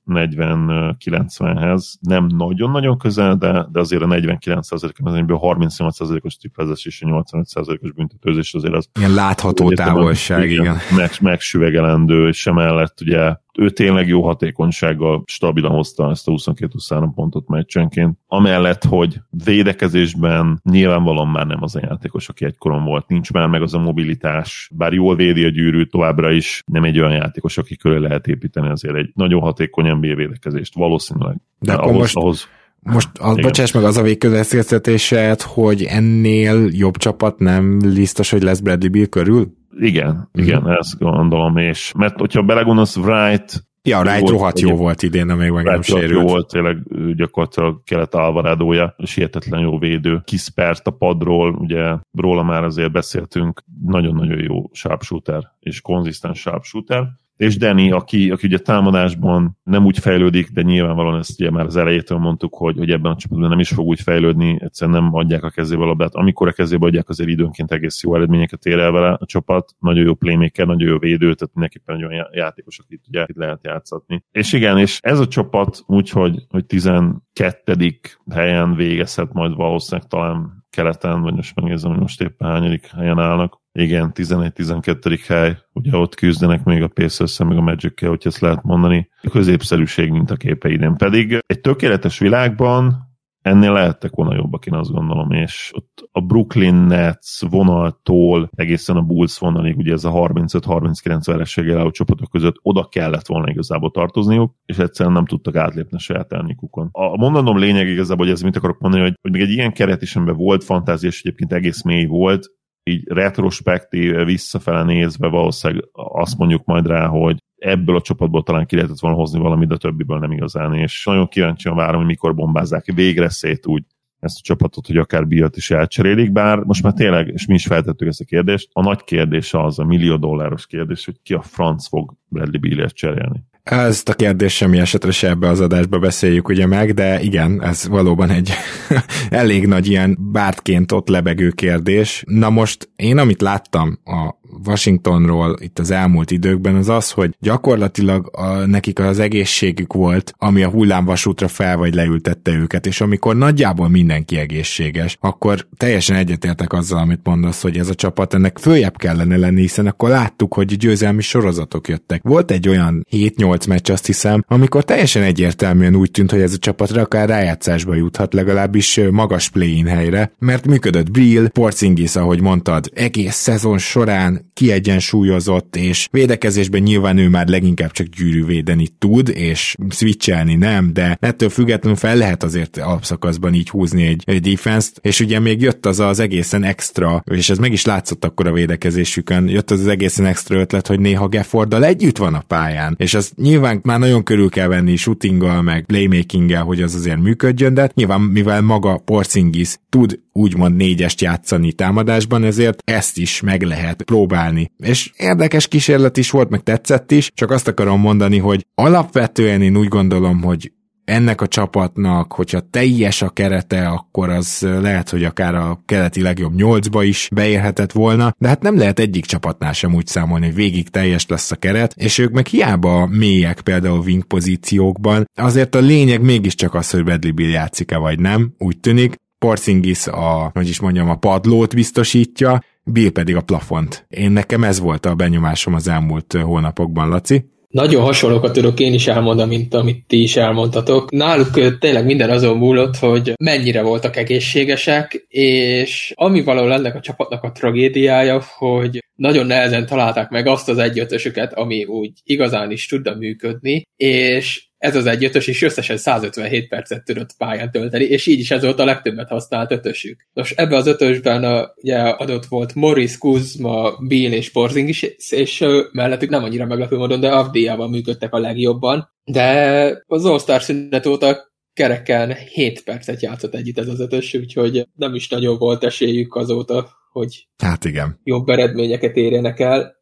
negyven kilencvenhez nem nagyon-nagyon közel, de, de azért a negyvenkilenc százalék mezőnyből harmincnyolc százalékos triplezés és a nyolcvanöt százalékos büntetőzés azért az... Ilyen látható távolság, igen. Meg, megsüvegelendő, és emellett ugye ő tényleg jó hatékonysággal stabilan hozta ezt a huszonkét huszonhárom pontot meccsenként. Amellett, hogy védekezésben nyilvánvalóan már nem az a játékos, aki egykoron volt. Nincs már meg az a mobilitás, bár jól védi a gyűrűt, továbbra is nem egy olyan játékos, aki köré lehet építeni azért egy nagyon hatékony en bé á védekezést. Valószínűleg. De akkor ahhoz, most... ahhoz Most, az, bocsáss meg, az a végkövetkeztetésed, hogy ennél jobb csapat nem biztos, hogy lesz Bradley Beal körül? Igen, igen, mm-hmm. ezt gondolom, és mert hogyha belegondolsz, Wright... Ja, Wright rohadt jó volt idén, de még meg nem sérült. Jó volt, tényleg gyakorlatilag Kelet Alvarádója, és hihetetlen jó védő. Kispert a padról, ugye róla már azért beszéltünk, nagyon-nagyon jó sharpshooter, és konzisztens sharpshooter. És Danny, aki, aki ugye támadásban nem úgy fejlődik, de nyilvánvalóan ezt ugye már az elejétől mondtuk, hogy, hogy ebben a csapatban nem is fog úgy fejlődni, egyszerűen nem adják a kezébe a labdát. Amikor a kezébe adják, azért időnként egész jó eredményeket ér el vele a csapat. Nagyon jó playmaker, nagyon jó védő, tehát mindenképpen egy olyan játékos, akit ugye itt lehet játszatni. És igen, és ez a csapat úgyhogy hogy tizenkettedik helyen végezhet majd valószínűleg talán keleten, vagy most megnézem, hogy most éppen hányadik helyen állnak. Igen, tizenegy-tizenkettedik hely, ugye ott küzdenek még a Pacers-szel, meg a Magic-kel, hogy ezt lehet mondani. A középszerűség, mint a képeiden. Pedig egy tökéletes világban ennél lehettek volna jobbak, én azt gondolom, és ott a Brooklyn Nets vonaltól egészen a Bulls vonalig, ugye ez a harmincöt-harminckilenc vereséggel álló csapatok között oda kellett volna igazából tartozniuk, és egyszerűen nem tudtak átlépni a saját elnikukon. A mondanom lényeg igazából, hogy ez mit akarok mondani, hogy, hogy még egy ilyen keret is, amiben volt fantázia, és egyébként egész mély volt, így retrospektív, visszafele nézve valószínűleg azt mondjuk majd rá, hogy ebből a csapatból talán ki lehetett volna hozni valamit, de többiből nem igazán, és nagyon kíváncsian várom, hogy mikor bombázzák végre szét úgy ezt a csapatot, hogy akár Bealt is elcserélik, bár most már tényleg, és mi is feltettük ezt a kérdést, a nagy kérdés az, a millió dolláros kérdés, hogy ki a franc fog Bradley Bealt cserélni. Ezt a kérdést semmi esetre se ebbe az adásba beszéljük ugye meg, de igen, ez valóban egy elég nagy ilyen bártként ott lebegő kérdés. Na most én, amit láttam a Washingtonról itt az elmúlt időkben, az az, hogy gyakorlatilag a, nekik az egészségük volt, ami a hullámvasútra fel vagy leültette őket, és amikor nagyjából mindenki egészséges, akkor teljesen egyetértek azzal, amit mondasz, hogy ez a csapat ennek följebb kellene lenni, hiszen akkor láttuk, hogy győzelmi sorozatok jöttek. Volt egy olyan hét-nyolc meccs, azt hiszem, amikor teljesen egyértelműen úgy tűnt, hogy ez a csapatra akár rájátszásba juthat, legalábbis magas play-in helyre, mert működött Beal, Porzingis, ahogy mondtad, egész szezon során kiegyensúlyozott, és védekezésben nyilván ő már leginkább csak gyűrűvédeni tud, és switchelni nem, de ettől függetlenül fel lehet azért alapszakaszban így húzni egy, egy defense-t, és ugye még jött az az egészen extra, és ez meg is látszott akkor a védekezésükön, jött az az egészen extra ötlet, hogy néha Gafforddal együtt van a pályán, és az nyilván már nagyon körül kell venni shootinggal, meg playmakinggel, hogy az azért működjön, de nyilván mivel maga Porzingis tud úgymond négyest játszani támadásban, ezért ezt is meg lehet próbálni. És érdekes kísérlet is volt, meg tetszett is, csak azt akarom mondani, hogy alapvetően én úgy gondolom, hogy ennek a csapatnak, hogyha teljes a kerete, akkor az lehet, hogy akár a keleti legjobb nyolcba is beérhetett volna, de hát nem lehet egyik csapatnál sem úgy számolni, hogy végig teljes lesz a keret, és ők meg hiába mélyek például wing pozíciókban, azért a lényeg mégiscsak az, hogy Bradley Beal játszik-e vagy nem, úgy tűnik. Porzingis a, hogy is mondjam, a padlót biztosítja, Beal pedig a plafont. Én nekem ez volt a benyomásom az elmúlt hónapokban, Laci. Nagyon hasonlókat tudok én is elmondani, mint amit ti is elmondtatok. Náluk tényleg minden azon múlott, hogy mennyire voltak egészségesek, és ami valahol ennek a csapatnak a tragédiája, hogy nagyon nehezen találták meg azt az egyötösöket, ami úgy igazán is tudna működni, és ez az egyötös is összesen százötvenhét percet tudott pályán tölteni, és így is ez volt a legtöbbet használt ötösük. Nos, ebbe az ötösben a, ugye adott volt Morris, Kuzma, Beal és Porzingis, és, és mellettük nem annyira meglepő módon, de Avdijával működtek a legjobban. De az All-Star szünet óta kereken hét percet játszott együtt ez az ötös, úgyhogy nem is nagyon volt esélyük azóta, hogy hát igen, jobb eredményeket érjenek el.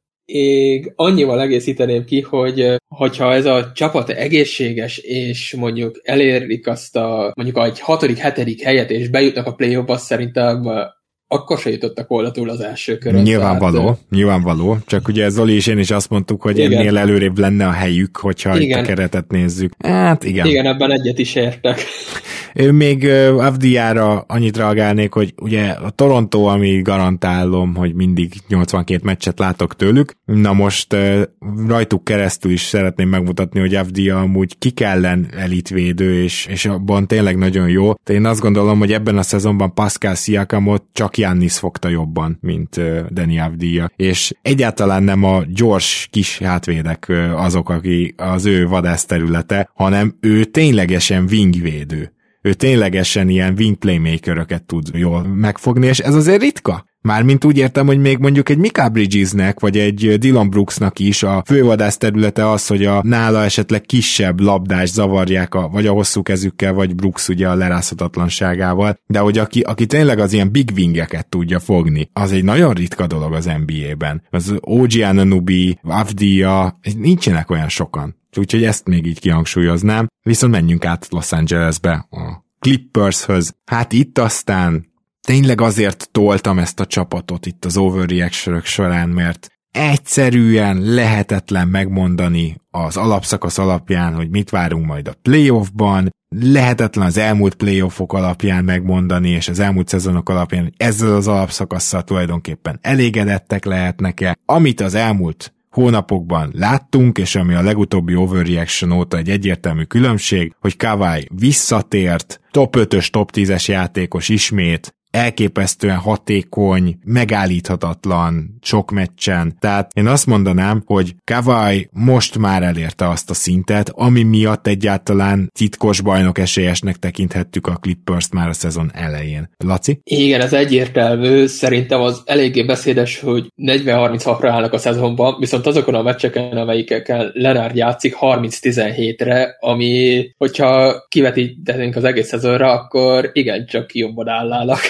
Én annyival egészíteném ki, hogy hogyha ez a csapat egészséges, és mondjuk elérik azt a mondjuk egy hatodik, hetedik helyet, és bejutnak a play-offba, szerintem akkor se jutottak volna túl az első körön. Nyilvánvaló, tehát, nyilvánvaló, csak ugye Zoli és én is azt mondtuk, hogy igen. ennél előrébb lenne a helyük, hogyha igen. itt a keretet nézzük. Hát igen. Igen, ebben egyet is értek. Még uh, Avdiára annyit reagálnék, hogy ugye a Toronto, ami garantálom, hogy mindig nyolcvankét meccset látok tőlük, na most uh, rajtuk keresztül is szeretném megmutatni, hogy Avdia amúgy kik ellen elitvédő, és, és abban tényleg nagyon jó. De én azt gondolom, hogy ebben a szezonban Pascal Siakamot csak Giannis fogta jobban, mint uh, Deni Avdia, és egyáltalán nem a gyors kis hátvédek uh, azok, aki az ő vadászterülete, hanem ő ténylegesen wingvédő. Ő ténylegesen ilyen wing playmakeröket tud jól megfogni, és ez azért ritka. Mármint úgy értem, hogy még mondjuk egy Mikal Bridgesnek, vagy egy Dylan Brooksnak is a fővadász területe az, hogy a nála esetleg kisebb labdás zavarják, a, vagy a hosszú kezükkel, vagy Brooks ugye a lerázhatatlanságával, de hogy aki, aki tényleg az ilyen big wingeket tudja fogni, az egy nagyon ritka dolog az en bé á-ben. Az o gé Anunoby, Avdia, nincsenek olyan sokan. Úgyhogy ezt még így kihangsúlyoznám. Viszont menjünk át Los Angelesbe, a Clippershöz. Hát itt aztán tényleg azért toltam ezt a csapatot itt az overreaction-ök során, mert egyszerűen lehetetlen megmondani az alapszakasz alapján, hogy mit várunk majd a playoffban, lehetetlen az elmúlt playoffok alapján megmondani, és az elmúlt szezonok alapján, hogy ezzel az alapszakasszal tulajdonképpen elégedettek lehetnek-e. Amit az elmúlt hónapokban láttunk, és ami a legutóbbi overreaction óta egy egyértelmű különbség, hogy Kawhi visszatért, top ötös, top tízes játékos ismét, elképesztően hatékony, megállíthatatlan sok meccsen. Tehát én azt mondanám, hogy Kawhi most már elérte azt a szintet, ami miatt egyáltalán titkos bajnok esélyesnek tekinthettük a Clippers-t már a szezon elején. Laci? Igen, ez egyértelmű. Szerintem az eléggé beszédes, hogy negyven harminchat-ra állnak a szezonban, viszont azokon a meccseken, amelyikkel Leonard játszik harminc tizenhétre, ami, hogyha kivetítenénk az egész szezonra, akkor igencsak jobban állnának.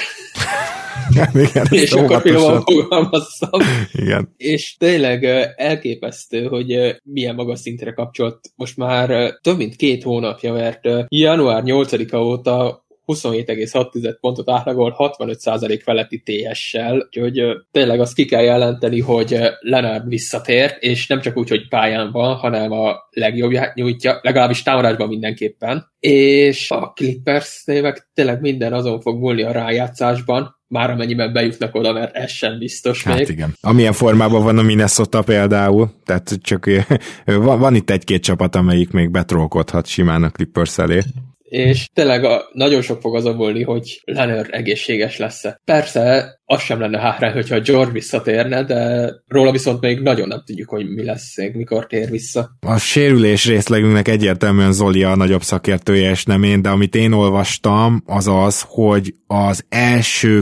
Igen, és akkor finoman fogalmazzam. Igen. És tényleg elképesztő, hogy milyen magas szintre kapcsolt most már több mint két hónapja, mert január nyolcadika óta huszonhét egész hat pontot átlagol hatvanöt százalék feletti té es-sel, úgyhogy tényleg azt ki kell jelenteni, hogy Leonard visszatért, és nem csak úgy, hogy pályán van, hanem a legjobbját nyújtja, legalábbis támadásban mindenképpen. És a Clippers-nél meg tényleg minden azon fog múlni a rájátszásban, már amennyiben bejutnak oda, mert ez sem biztos hát még. Igen. Amilyen formában van a Minnesota például, tehát csak van, van itt egy-két csapat, amelyik még betrólkodhat simán a Clippers elé. És tényleg a, nagyon sok fog azon múlni, hogy Leonard egészséges lesz-e. Persze, az sem lenne hátrány, hogyha George visszatérne, de róla viszont még nagyon nem tudjuk, hogy mi lesz, mikor tér vissza. A sérülés részlegünknek egyértelműen Zoli a nagyobb szakértője, és nem én, de amit én olvastam, az az, hogy az első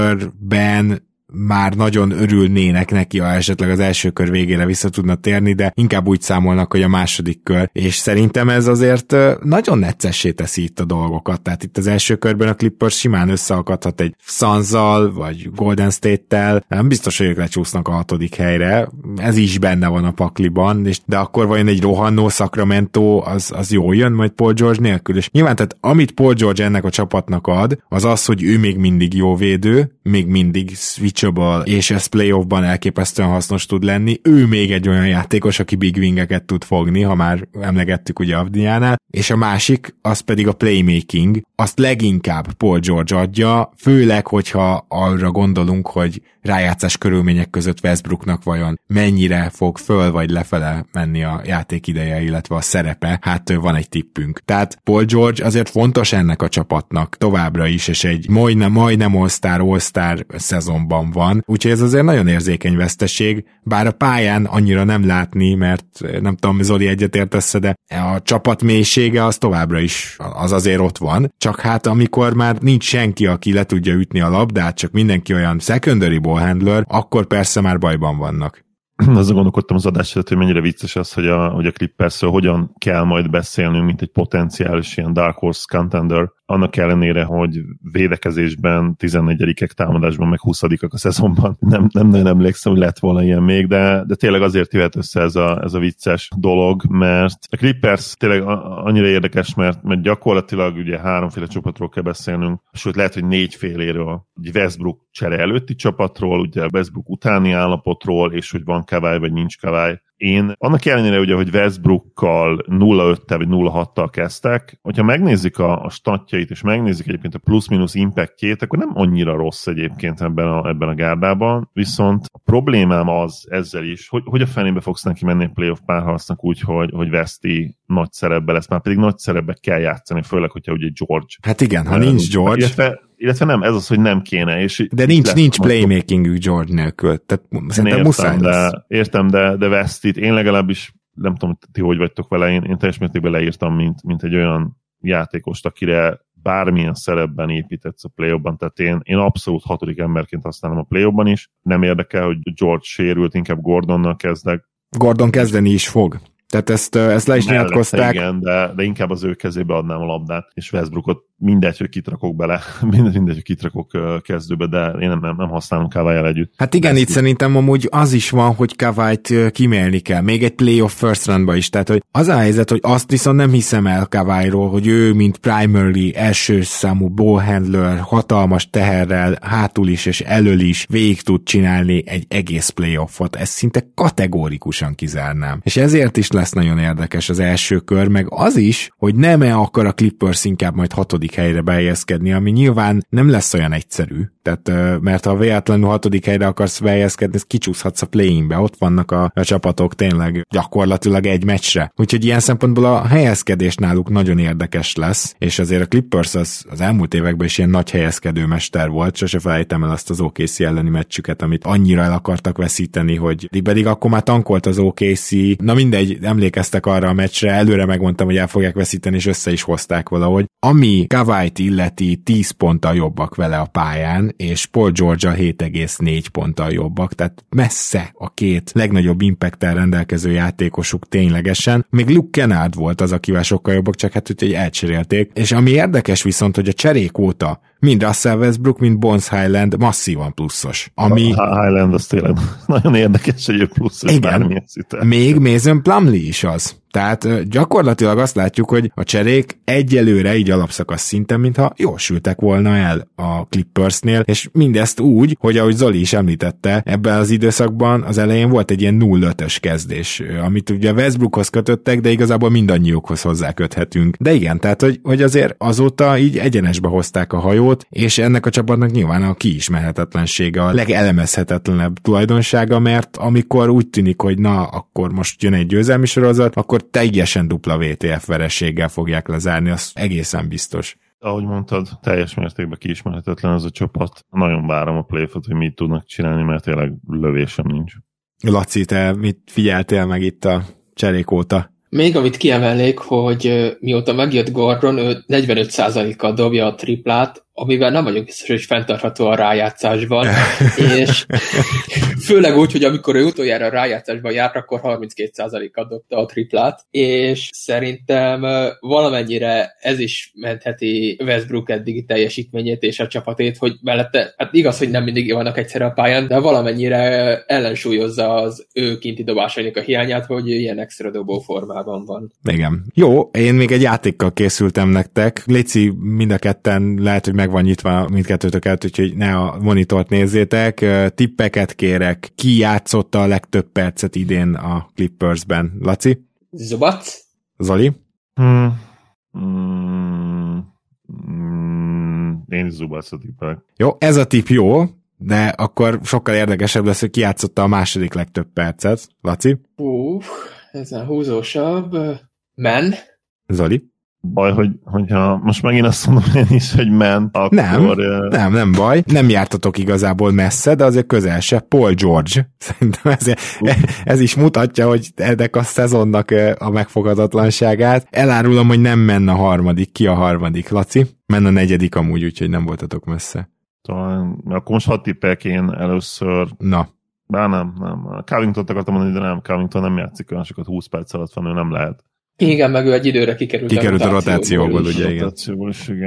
körben már nagyon örülnének neki, ha esetleg az első kör végére vissza tudna térni, de inkább úgy számolnak, hogy a második kör, és szerintem ez azért nagyon neccessé teszi itt a dolgokat, tehát itt az első körben a Clippers simán összeakadhat egy Suns-zal, vagy Golden State-tel, nem biztos, hogy ők lecsúsznak a hatodik helyre, ez is benne van a pakliban, és de akkor vajon egy rohannó Sacramento, az, az jól jön majd Paul George nélkül, és nyilván, tehát amit Paul George ennek a csapatnak ad, az az, hogy ő még mindig jó védő, még mindig switch és ez playoffban elképesztően hasznos tud lenni. Ő még egy olyan játékos, aki big wingeket tud fogni, ha már emlegettük ugye Avdiánál, és a másik, az pedig a playmaking, azt leginkább Paul George adja, főleg, hogyha arra gondolunk, hogy rájátszás körülmények között Westbrooknak vajon mennyire fog föl vagy lefele menni a játék ideje, illetve a szerepe, hát van egy tippünk. Tehát Paul George azért fontos ennek a csapatnak továbbra is, és egy majdnem, majdnem All-Star, All-Star szezonban van, úgyhogy ez azért nagyon érzékeny veszteség, bár a pályán annyira nem látni, mert nem tudom, Zoli egyetértesz, de a csapat mélysége az továbbra is, az azért ott van, csak hát amikor már nincs senki, aki le tudja ütni a labdát, csak mindenki olyan secondary ball handler, akkor persze már bajban vannak. Azzal gondolkodtam az adás előtt, hogy mennyire vicces az, hogy a, hogy a Clippersről hogyan kell majd beszélnünk, mint egy potenciális ilyen Dark Horse contender annak ellenére, hogy védekezésben tizennegyedikek, támadásban meg huszadikak a szezonban. Nem, nem nagyon emlékszem, hogy lett volna ilyen még, de, de tényleg azért jöhet össze ez a, ez a vicces dolog, mert a Clippers tényleg annyira érdekes, mert, mert gyakorlatilag ugye háromféle csapatról kell beszélnünk, sőt lehet, hogy négyféléről. Ugye Westbrook csere előtti csapatról, ugye Westbrook utáni állapotról, és hogy van Kawhi vagy nincs Kawhi. Én annak ellenére, ugye, hogy Westbrookkal nulla öttel vagy nulla hattal kezdtek, hogyha megnézik a, a statjait, és megnézik egyébként a plusz-minusz impactjét, akkor nem annyira rossz egyébként ebben a, ebben a gárdában, viszont a problémám az ezzel is, hogy, hogy a fenébe fogsz neki menni a playoff párharcnak úgy, hogy, hogy Westi nagy szerepbe lesz, már pedig nagy szerepbe kell játszani, főleg, hogyha ugye George. Hát igen, ha nincs George. Illetve, illetve nem, ez az, hogy nem kéne. És de nincs, nincs playmakingük George nélkül. Tehát szerintem értem, muszáj lesz. De, értem, de, de Westit én legalábbis, nem tudom, ti hogy vagytok vele, én, én teljes mértékben leírtam, mint, mint egy olyan játékost, akire bármilyen szerepben építetsz a play-offban, tehát én, én abszolút hatodik emberként használom a play-offban is. Nem érdekel, hogy George sérült, inkább Gordonnal kezdek. Gordon kezdeni is fog. Tehát ezt, ezt le is Mellette, nyilatkozták. Igen, de, de inkább az ő kezébe adnám a labdát, és Westbrookot mindegy, hogy kit rakok bele, mindegy, mindegy hogy kit rakok kezdőbe, de én nem, nem, nem használom Kawhi-jal együtt. Hát igen, Ezt itt szerintem amúgy az is van, hogy Kawhi-t kimélni kell, még egy playoff first runba is, tehát hogy az a helyzet, hogy azt viszont nem hiszem el Kawhi-ról, hogy ő, mint primarily első számú ballhandler, hatalmas teherrel, hátul is és elől is végig tud csinálni egy egész playoffot, ezt szinte kategórikusan kizárnám. És ezért is lesz nagyon érdekes az első kör, meg az is, hogy nem-e akar a Clippers inkább majd hatodik helyre bejelzkedni, ami nyilván nem lesz olyan egyszerű. Tehát, mert ha véletlenül hatodik helyre akarsz bejelzkedni, kicsúszhatsz a play-inbe, ott vannak a, a csapatok tényleg gyakorlatilag egy meccsre. Úgyhogy ilyen szempontból a helyezkedés náluk nagyon érdekes lesz, és azért a Clippers az, az elmúlt években is ilyen nagy helyezkedő mester volt, sose felejtem el azt az o ká cé elleni meccsüket, amit annyira el akartak veszíteni, hogy pedig akkor már tankolt az o ká cé. Na mindegy, emlékeztek arra a meccsre, előre megmondtam, hogy el fogják veszíteni, és össze is hozták valahogy. Ami Kawhi-t illeti, tíz ponttal jobbak vele a pályán, és Paul George-a hét egész négy ponttal jobbak, tehát messze a két legnagyobb impacttel rendelkező játékosuk ténylegesen. Még Luke Kennard volt az, akivel sokkal jobbak, csak hát úgy elcserélték. És ami érdekes viszont, hogy a cserék óta mind Russell Westbrook, mind Bones Highland masszívan pluszos. Ami... A Highland az tényleg nagyon érdekes, hogy ő pluszos. Igen, még Mason Plumlee is az. Tehát gyakorlatilag azt látjuk, hogy a cserék egyelőre így alapszakasz szinten, mintha jól sültek volna el a Clippersnél, és mindezt úgy, hogy ahogy Zoli is említette, ebben az időszakban az elején volt egy ilyen nulla ötös kezdés, amit ugye Westbrookhoz kötöttek, de igazából mindannyiukhoz hozzáköthetünk. De igen, tehát hogy, hogy azért azóta így egyenesbe hozták a hajót, és ennek a csapatnak nyilván a kiismerhetetlensége a legelemezhetetlenebb tulajdonsága, mert amikor úgy tűnik, hogy na, akkor most jön egy győzelmi sorozat, akkor teljesen dupla vé té ef vereséggel fogják lezárni, az egészen biztos. Ahogy mondtad, teljes mértékben kiismerhetetlen ez a csapat. Nagyon várom a playoffot, hogy mit tudnak csinálni, mert tényleg lövésem nincs. Laci, te mit figyeltél meg itt a cserék óta? Még amit kiemelnék, hogy mióta megjött Gordon, ő negyvenöt százalékkal dobja a triplát, amivel nem vagyok biztos, hogy fenntartható a rájátszásban, és főleg úgy, hogy amikor ő utoljára a rájátszásban járt, akkor harminckét százalékkal dobta a triplát, és szerintem valamennyire ez is mentheti Westbrook eddigi teljesítményét és a csapatét, hogy mellette, hát igaz, hogy nem mindig vannak egyszerre a pályán, de valamennyire ellensúlyozza az ő kinti dobásainak a hiányát, hogy ilyen extra dobó formában van. Igen. Jó, én még egy játékkal készültem nektek. Léci, mind a ketten lehet, hogy meg van nyitva mindkettőtök előtt, úgyhogy ne a monitort nézzétek. Tippeket kérek. Ki játszotta a legtöbb percet idén a Clippersben? Laci? Zubac? Zoli? Hmm. Hmm. Hmm. Én is Zubacot tippelek. Jó, ez a tipp jó, de akkor sokkal érdekesebb lesz, hogy ki játszotta a második legtöbb percet. Laci? Hú, ezen húzósabb. Men? Zoli? Baj, hogy, hogyha most megint azt mondom én is, hogy ment, akkor... Nem, nem, nem baj. Nem jártatok igazából messze, de azért közel se. Paul George. Szerintem ez, ez is mutatja, hogy ennek a szezonnak a megfogadatlanságát. Elárulom, hogy nem menne a harmadik. Ki a harmadik? Laci? Menne a negyedik amúgy, úgyhogy nem voltatok messze. Talán, akkor most hat tippek én először... Na. Bár nem, nem. Covington-t akartam mondani, de nem, Covington nem játszik olyan sokat, húsz perc alatt van, ő nem lehet. Igen, meg ő egy időre kikerült, kikerült a rotációból. rotációból, ugye, igen. Rotációból is, igen.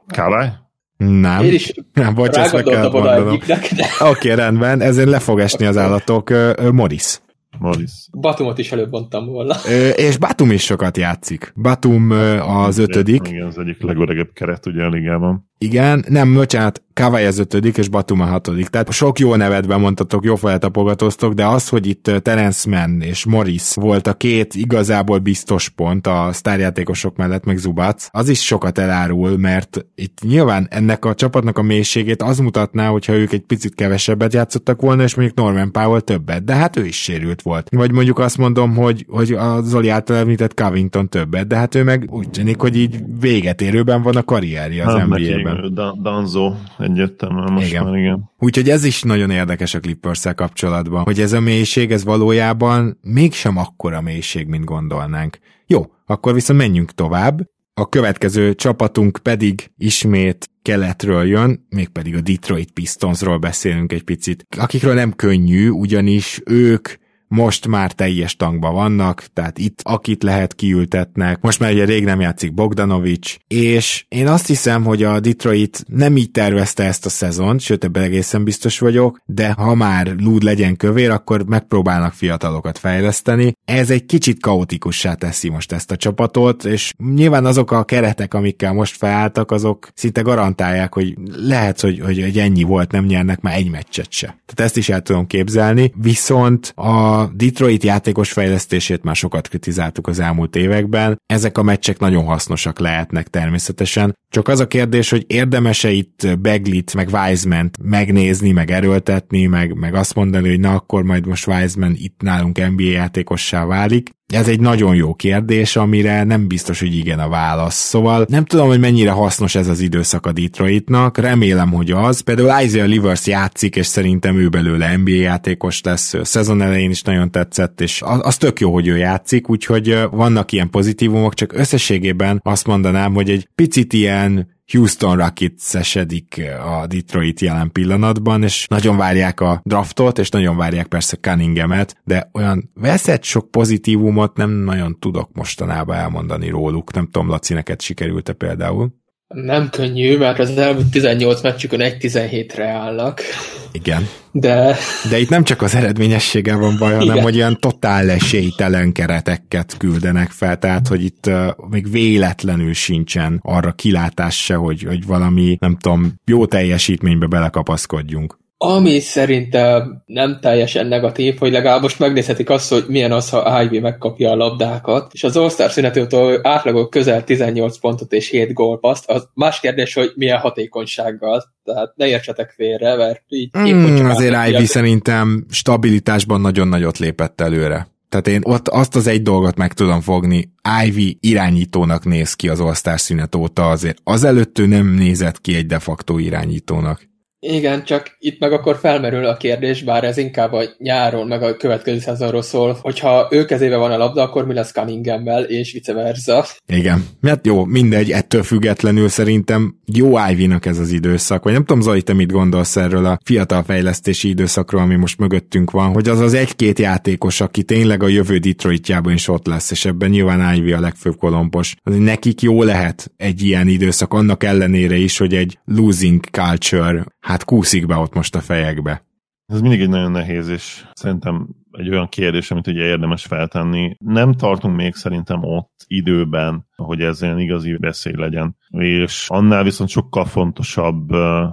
Kawhi? Nem. Én is nem, bocs, ezt meg kellett mondanom. De... Oké, okay, rendben, ezért le fog esni az állatok. Morris. Morris. Batumot is előbb mondtam volna. Ö, és Batum is sokat játszik. Batum az ötödik. Igen, az egyik legöregebb keret ugye a ligában. Igen, nem, bocsánat, Kawhi az ötödik, és Batum a hatodik. Tehát sok jó nevet bemondtatok, jó feltapogatóztok, de az, hogy itt Terence Mann és Morris volt a két igazából biztos pont a sztárjátékosok mellett, meg Zubac, az is sokat elárul, mert itt nyilván ennek a csapatnak a mélységét az mutatná, hogyha ők egy picit kevesebbet játszottak volna, és mondjuk Norman Powell többet, de hát ő is sérült volt. Vagy mondjuk azt mondom, hogy, hogy a Zoli által említett Covington többet, de hát ő meg úgy tűnik, hogy így véget érőben van a karrierje az en bé á-ben. Danzo egyértelműen most igen. Már, igen. Úgyhogy ez is nagyon érdekes a Clippers-szel kapcsolatban, hogy ez a mélység, ez valójában mégsem akkora mélység, mint gondolnánk. Jó, akkor viszont menjünk tovább. A következő csapatunk pedig ismét keletről jön, mégpedig a Detroit Pistonsról beszélünk egy picit, akikről nem könnyű, ugyanis ők most már teljes tankban vannak, tehát itt akit lehet kiültetnek. Most már ugye rég nem játszik Bogdanovics, és én azt hiszem, hogy a Detroit nem így tervezte ezt a szezont, sőt ebben egészen biztos vagyok, de ha már lúd legyen kövér, akkor megpróbálnak fiatalokat fejleszteni. Ez egy kicsit kaotikussá teszi most ezt a csapatot, és nyilván azok a keretek, amikkel most felálltak, azok szinte garantálják, hogy lehet, hogy, hogy, hogy ennyi volt, nem nyernek már egy meccset se. Tehát ezt is el tudom képzelni, viszont a A Detroit játékos fejlesztését már sokat kritizáltuk az elmúlt években. Ezek a meccsek nagyon hasznosak lehetnek természetesen. Csak az a kérdés, hogy érdemes-e itt Beglit, meg Wiseman-t megnézni, meg erőltetni, meg, meg azt mondani, hogy na akkor majd most Wiseman itt nálunk en bé á játékossá válik. Ez egy nagyon jó kérdés, amire nem biztos, hogy igen a válasz. Szóval nem tudom, hogy mennyire hasznos ez az időszak a Detroitnak, remélem, hogy az. Például Isaiah Livers játszik, és szerintem ő belőle en bé á játékos lesz. A szezon elején is nagyon tetszett, és az, az tök jó, hogy ő játszik, úgyhogy vannak ilyen pozitívumok, csak összességében azt mondanám, hogy egy picit ilyen Houston Rockets-esedik a Detroit jelen pillanatban, és nagyon várják a draftot, és nagyon várják persze Cunninghamet, de olyan veszett sok pozitívumot nem nagyon tudok mostanában elmondani róluk. Nem tudom, Laci, neked sikerült-e például? Nem könnyű, mert az elmúlt tizennyolc meccsükön egy tizenhétre állnak. Igen. De... De itt nem csak az eredményességgel van baj, hanem igen, hogy ilyen totál esélytelen kereteket küldenek fel, tehát hogy itt uh, még véletlenül sincsen arra kilátás se, hogy, hogy valami, nem tudom, jó teljesítménybe belekapaszkodjunk. Ami szerintem nem teljesen negatív, hogy legalább most megnézhetik azt, hogy milyen az, ha Ivy megkapja a labdákat, és az All-Star szünetőtől átlagol közel tizennyolc pontot és hét gólpasszt. Az más kérdés, hogy milyen hatékonysággal. Tehát ne értsetek félre, mert így... Mm, azért Ivy szerintem stabilitásban nagyon nagyot lépett előre. Tehát én ott azt az egy dolgot meg tudom fogni, Ivy irányítónak néz ki az All-Star szünet óta, azért azelőtt ő nem nézett ki egy de facto irányítónak. Igen, csak itt meg akkor felmerül a kérdés, bár ez inkább a nyáron, meg a következő szezonról szól, hogyha ő kezébe van a labda, akkor mi lesz Cunninghammel, és vice versa. Igen, mert jó, mindegy, ettől függetlenül szerintem jó Ivy-nak ez az időszak, vagy nem tudom, Zoli, te mit gondolsz erről a fiatal fejlesztési időszakról, ami most mögöttünk van, hogy az az egy-két játékos, aki tényleg a jövő Detroitjában is ott lesz, és ebben nyilván Ivy a legfőbb kolompos. Nekik jó lehet egy ilyen időszak, annak ellenére is, hogy egy losing culture hát kúszik be ott most a fejekbe. Ez mindig egy nagyon nehéz, és szerintem egy olyan kérdés, amit ugye érdemes feltenni. Nem tartunk még szerintem ott időben, hogy ez ilyen igazi veszély legyen. És annál viszont sokkal fontosabb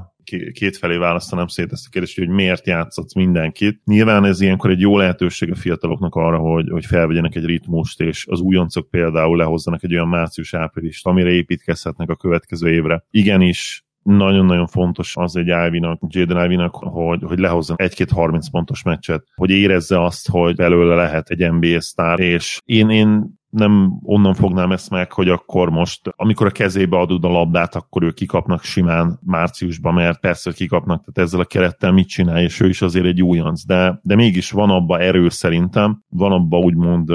kétfelé választanám szét ezt a kérdést, hogy miért játszatsz mindenkit. Nyilván ez ilyenkor egy jó lehetőség a fiataloknak arra, hogy, hogy felvegyenek egy ritmust, és az újoncok például lehozzanak egy olyan március-áprilist, amire építkezhetnek a következő évre. Igenis, nagyon-nagyon fontos az egy Ivy-nak, Jaden Ivy-nak, hogy, hogy lehozzon egy-két harminc pontos meccset, hogy érezze azt, hogy belőle lehet egy en bé á sztár, és én, én nem onnan fognám ezt meg, hogy akkor most, amikor a kezébe adod a labdát, akkor ők kikapnak simán márciusban, mert persze kikapnak, tehát ezzel a kerettel mit csinál, és ő is azért egy újonc, de, de mégis van abba erő szerintem, van abba úgymond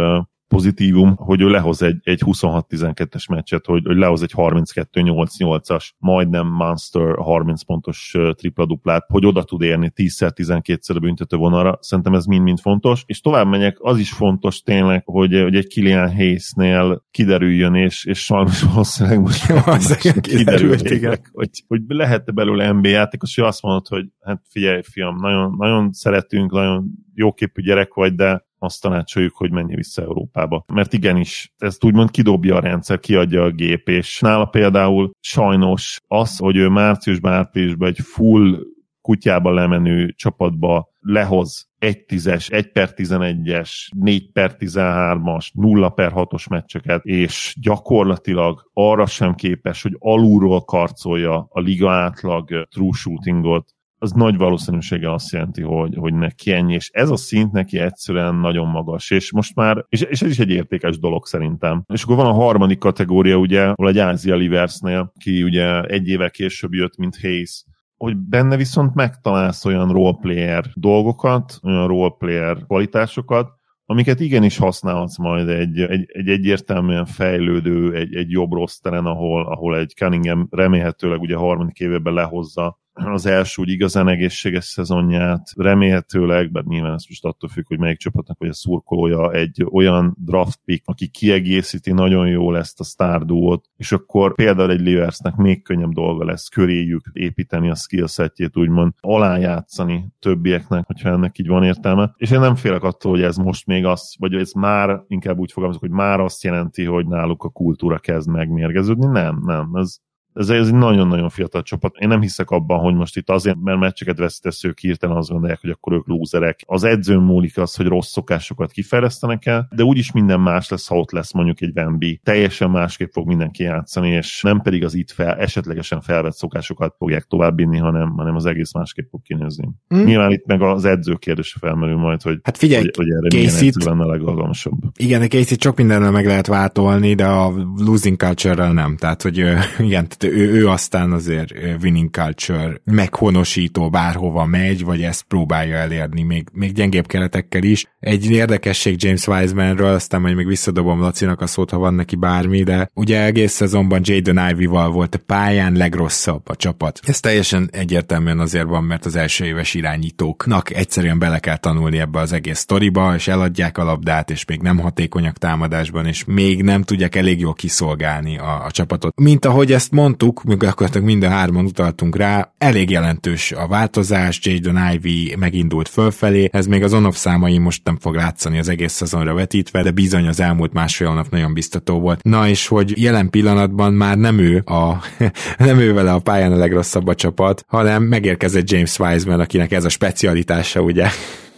pozitívum, hogy ő lehoz egy, egy huszonhat tizenkettes meccset, hogy, hogy lehoz egy harminckettő nyolc nyolcas, majdnem Monster harminc pontos tripla-duplát, hogy oda tud érni tízszer tizenkétszer a büntető vonalra. Szerintem ez mind-mind fontos. És tovább megyek, az is fontos tényleg, hogy, hogy egy Killian Hayes-nél kiderüljön, és, és sajnos valószínűleg most kiderült, kiderül, hogy, hogy lehet belőle en bé á játékos, hogy azt mondod, hogy hát figyelj, fiam, nagyon, nagyon szeretünk, nagyon jóképű gyerek vagy, de azt tanácsoljuk, hogy menj vissza Európába. Mert igenis, ezt úgymond kidobja a rendszer, kiadja a gép, és nála például sajnos az, hogy ő márciusban, áprilisban egy full kutyába lemenő csapatba lehoz egy tízes, egy per tizenegyes, négy per tizenhármas, nulla per hatos meccseket, és gyakorlatilag arra sem képes, hogy alulról karcolja a liga átlag true shootingot, az nagy valószínűséggel azt jelenti, hogy, hogy neki ennyi, és ez a szint neki egyszerűen nagyon magas, és most már, és, és ez is egy értékes dolog szerintem. És akkor van a harmadik kategória, ugye, ahol egy Ázia Liversnél, ki ugye egy évvel később jött, mint Hayes, hogy benne viszont megtalálsz olyan roleplayer dolgokat, olyan roleplayer kvalitásokat, amiket igenis használhatsz majd egy, egy, egy egyértelműen fejlődő, egy, egy jobb rosteren, ahol, ahol egy Cunningham remélhetőleg ugye a harmadik évben lehozza az első úgy igazán egészséges szezonját, remélhetőleg, bár nyilván ez most attól függ, hogy melyik csapatnak vagy a szurkolója, egy olyan draft pick, aki kiegészíti nagyon jól ezt a sztárduót, és akkor például egy Liversnek még könnyebb dolga lesz köréjük építeni a skillsetjét, úgymond alájátszani többieknek, hogyha ennek így van értelme. És én nem félek attól, hogy ez most még az, vagy ez már, inkább úgy fogalmazok, hogy már azt jelenti, hogy náluk a kultúra kezd megmérgeződni. Nem, nem, ez Ez, ez egy nagyon-nagyon fiatal csapat. Én nem hiszek abban, hogy most itt azért, mert meccseket veszítesz, ők hirtelen azt gondolják, hogy akkor ők lúzerek. Az edzőn múlik az, hogy rossz szokásokat kifejlesztenek el, de úgyis minden más lesz, ha ott lesz mondjuk egy Wemby. Teljesen másképp fog mindenki játszani, és nem pedig az itt fel, esetlegesen felvett szokásokat fogják továbbvinni, hanem, hanem az egész másképp fog kinézni. Mm. Nyilván itt meg az edző kérdése felmerül majd, hogy, hát figyelj, hogy, hogy erre milyen edző lenne a legalkalmasabb. Igen, a Casey sok mindennel meg lehet váltolni, de a losing culture-rel nem. Tehát, hogy igen, ő, ő aztán azért winning culture meghonosító, bárhova megy, vagy ezt próbálja elérni, még, még gyengébb keretekkel is. Egy érdekesség James Wisemanről, aztán majd még visszadobom Lacinak a szót, ha van neki bármi, de ugye egész szezonban Jaden Ivey-val volt a pályán legrosszabb a csapat. Ez teljesen egyértelműen azért van, mert az első éves irányítóknak egyszerűen bele kell tanulni ebbe az egész sztoriba, és eladják a labdát, és még nem hatékonyak támadásban, és még nem tudják elég jól kiszolgálni a, a csapatot. Mint ahogy ezt mondtuk, gyakorlatilag minden hárman utaltunk rá, elég jelentős a változás, Jaden Ivey megindult fölfelé, ez még az on-off számai most nem fog látszani az egész szezonra vetítve, de bizony az elmúlt másfél nap nagyon biztató volt. Na és hogy jelen pillanatban már nem ő a nem ő vele a pályán a legrosszabb a csapat, hanem megérkezett James Wiseman, akinek ez a specialitása, ugye?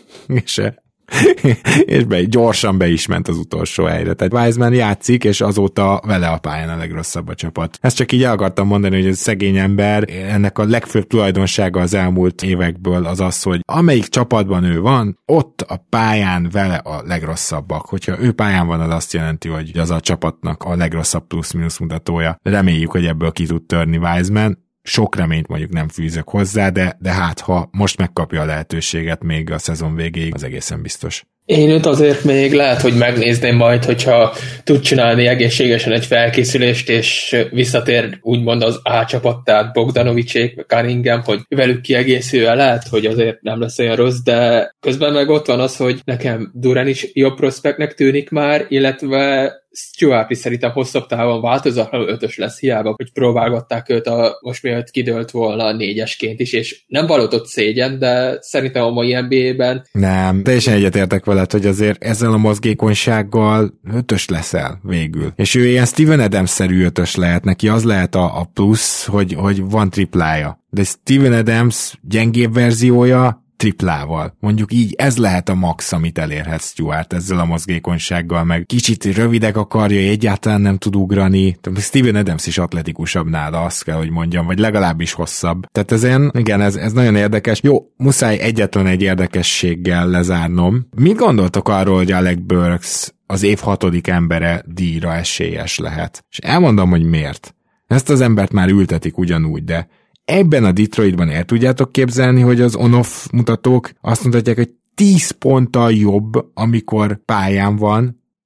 és és be, gyorsan be is ment az utolsó helyre. Tehát Wiseman játszik, és azóta vele a pályán a legrosszabb a csapat. Ezt csak így el akartam mondani, hogy ez szegény ember, ennek a legfőbb tulajdonsága az elmúlt évekből az az, hogy amelyik csapatban ő van, ott a pályán vele a legrosszabbak. Hogyha ő pályán van, az azt jelenti, hogy az a csapatnak a legrosszabb plusz-minusz mutatója. Reméljük, hogy ebből ki tud törni Wiseman. Sok reményt mondjuk nem fűzök hozzá, de, de hát ha most megkapja a lehetőséget még a szezon végéig, az egészen biztos. Én őt azért még lehet, hogy megnézném majd, hogyha tud csinálni egészségesen egy felkészülést, és visszatér úgymond az A csapat, tehát Bogdanovicsék, Cunningham, hogy velük kiegészülve lehet, hogy azért nem lesz olyan rossz, de közben meg ott van az, hogy nekem Durant is jobb prospektnek tűnik már, illetve Stuart is szerintem hosszabb távon változatlanul ötös lesz, hiába, hogy próbálgatták őt a, most mielőtt kidőlt volna négyesként is, és nem vallott szégyen, de szerintem a mai en bé á-ben nem, teljesen egyetértek veled, hogy azért ezzel a mozgékonysággal ötös leszel végül. És ő ilyen Steven Adams-szerű ötös lehet, neki az lehet a, a plusz, hogy, hogy van triplája. De Steven Adams gyengébb verziója triplával. Mondjuk így ez lehet a max, amit elérhet Stuart ezzel a mozgékonysággal, meg kicsit rövidek a karjai, egyáltalán nem tud ugrani. Steven Adams is atletikusabb nála, azt kell, hogy mondjam, vagy legalábbis hosszabb. Tehát ez ilyen, igen, ez, ez nagyon érdekes. Jó, muszáj egyetlen egy érdekességgel lezárnom. Mit gondoltok arról, hogy Alec Burks az év hatodik embere díjra esélyes lehet? És elmondom, hogy miért. Ezt az embert már ültetik ugyanúgy, de ebben a Detroitban el tudjátok képzelni, hogy az on-off mutatók azt mutatják, hogy tíz ponttal jobb, amikor pályán van,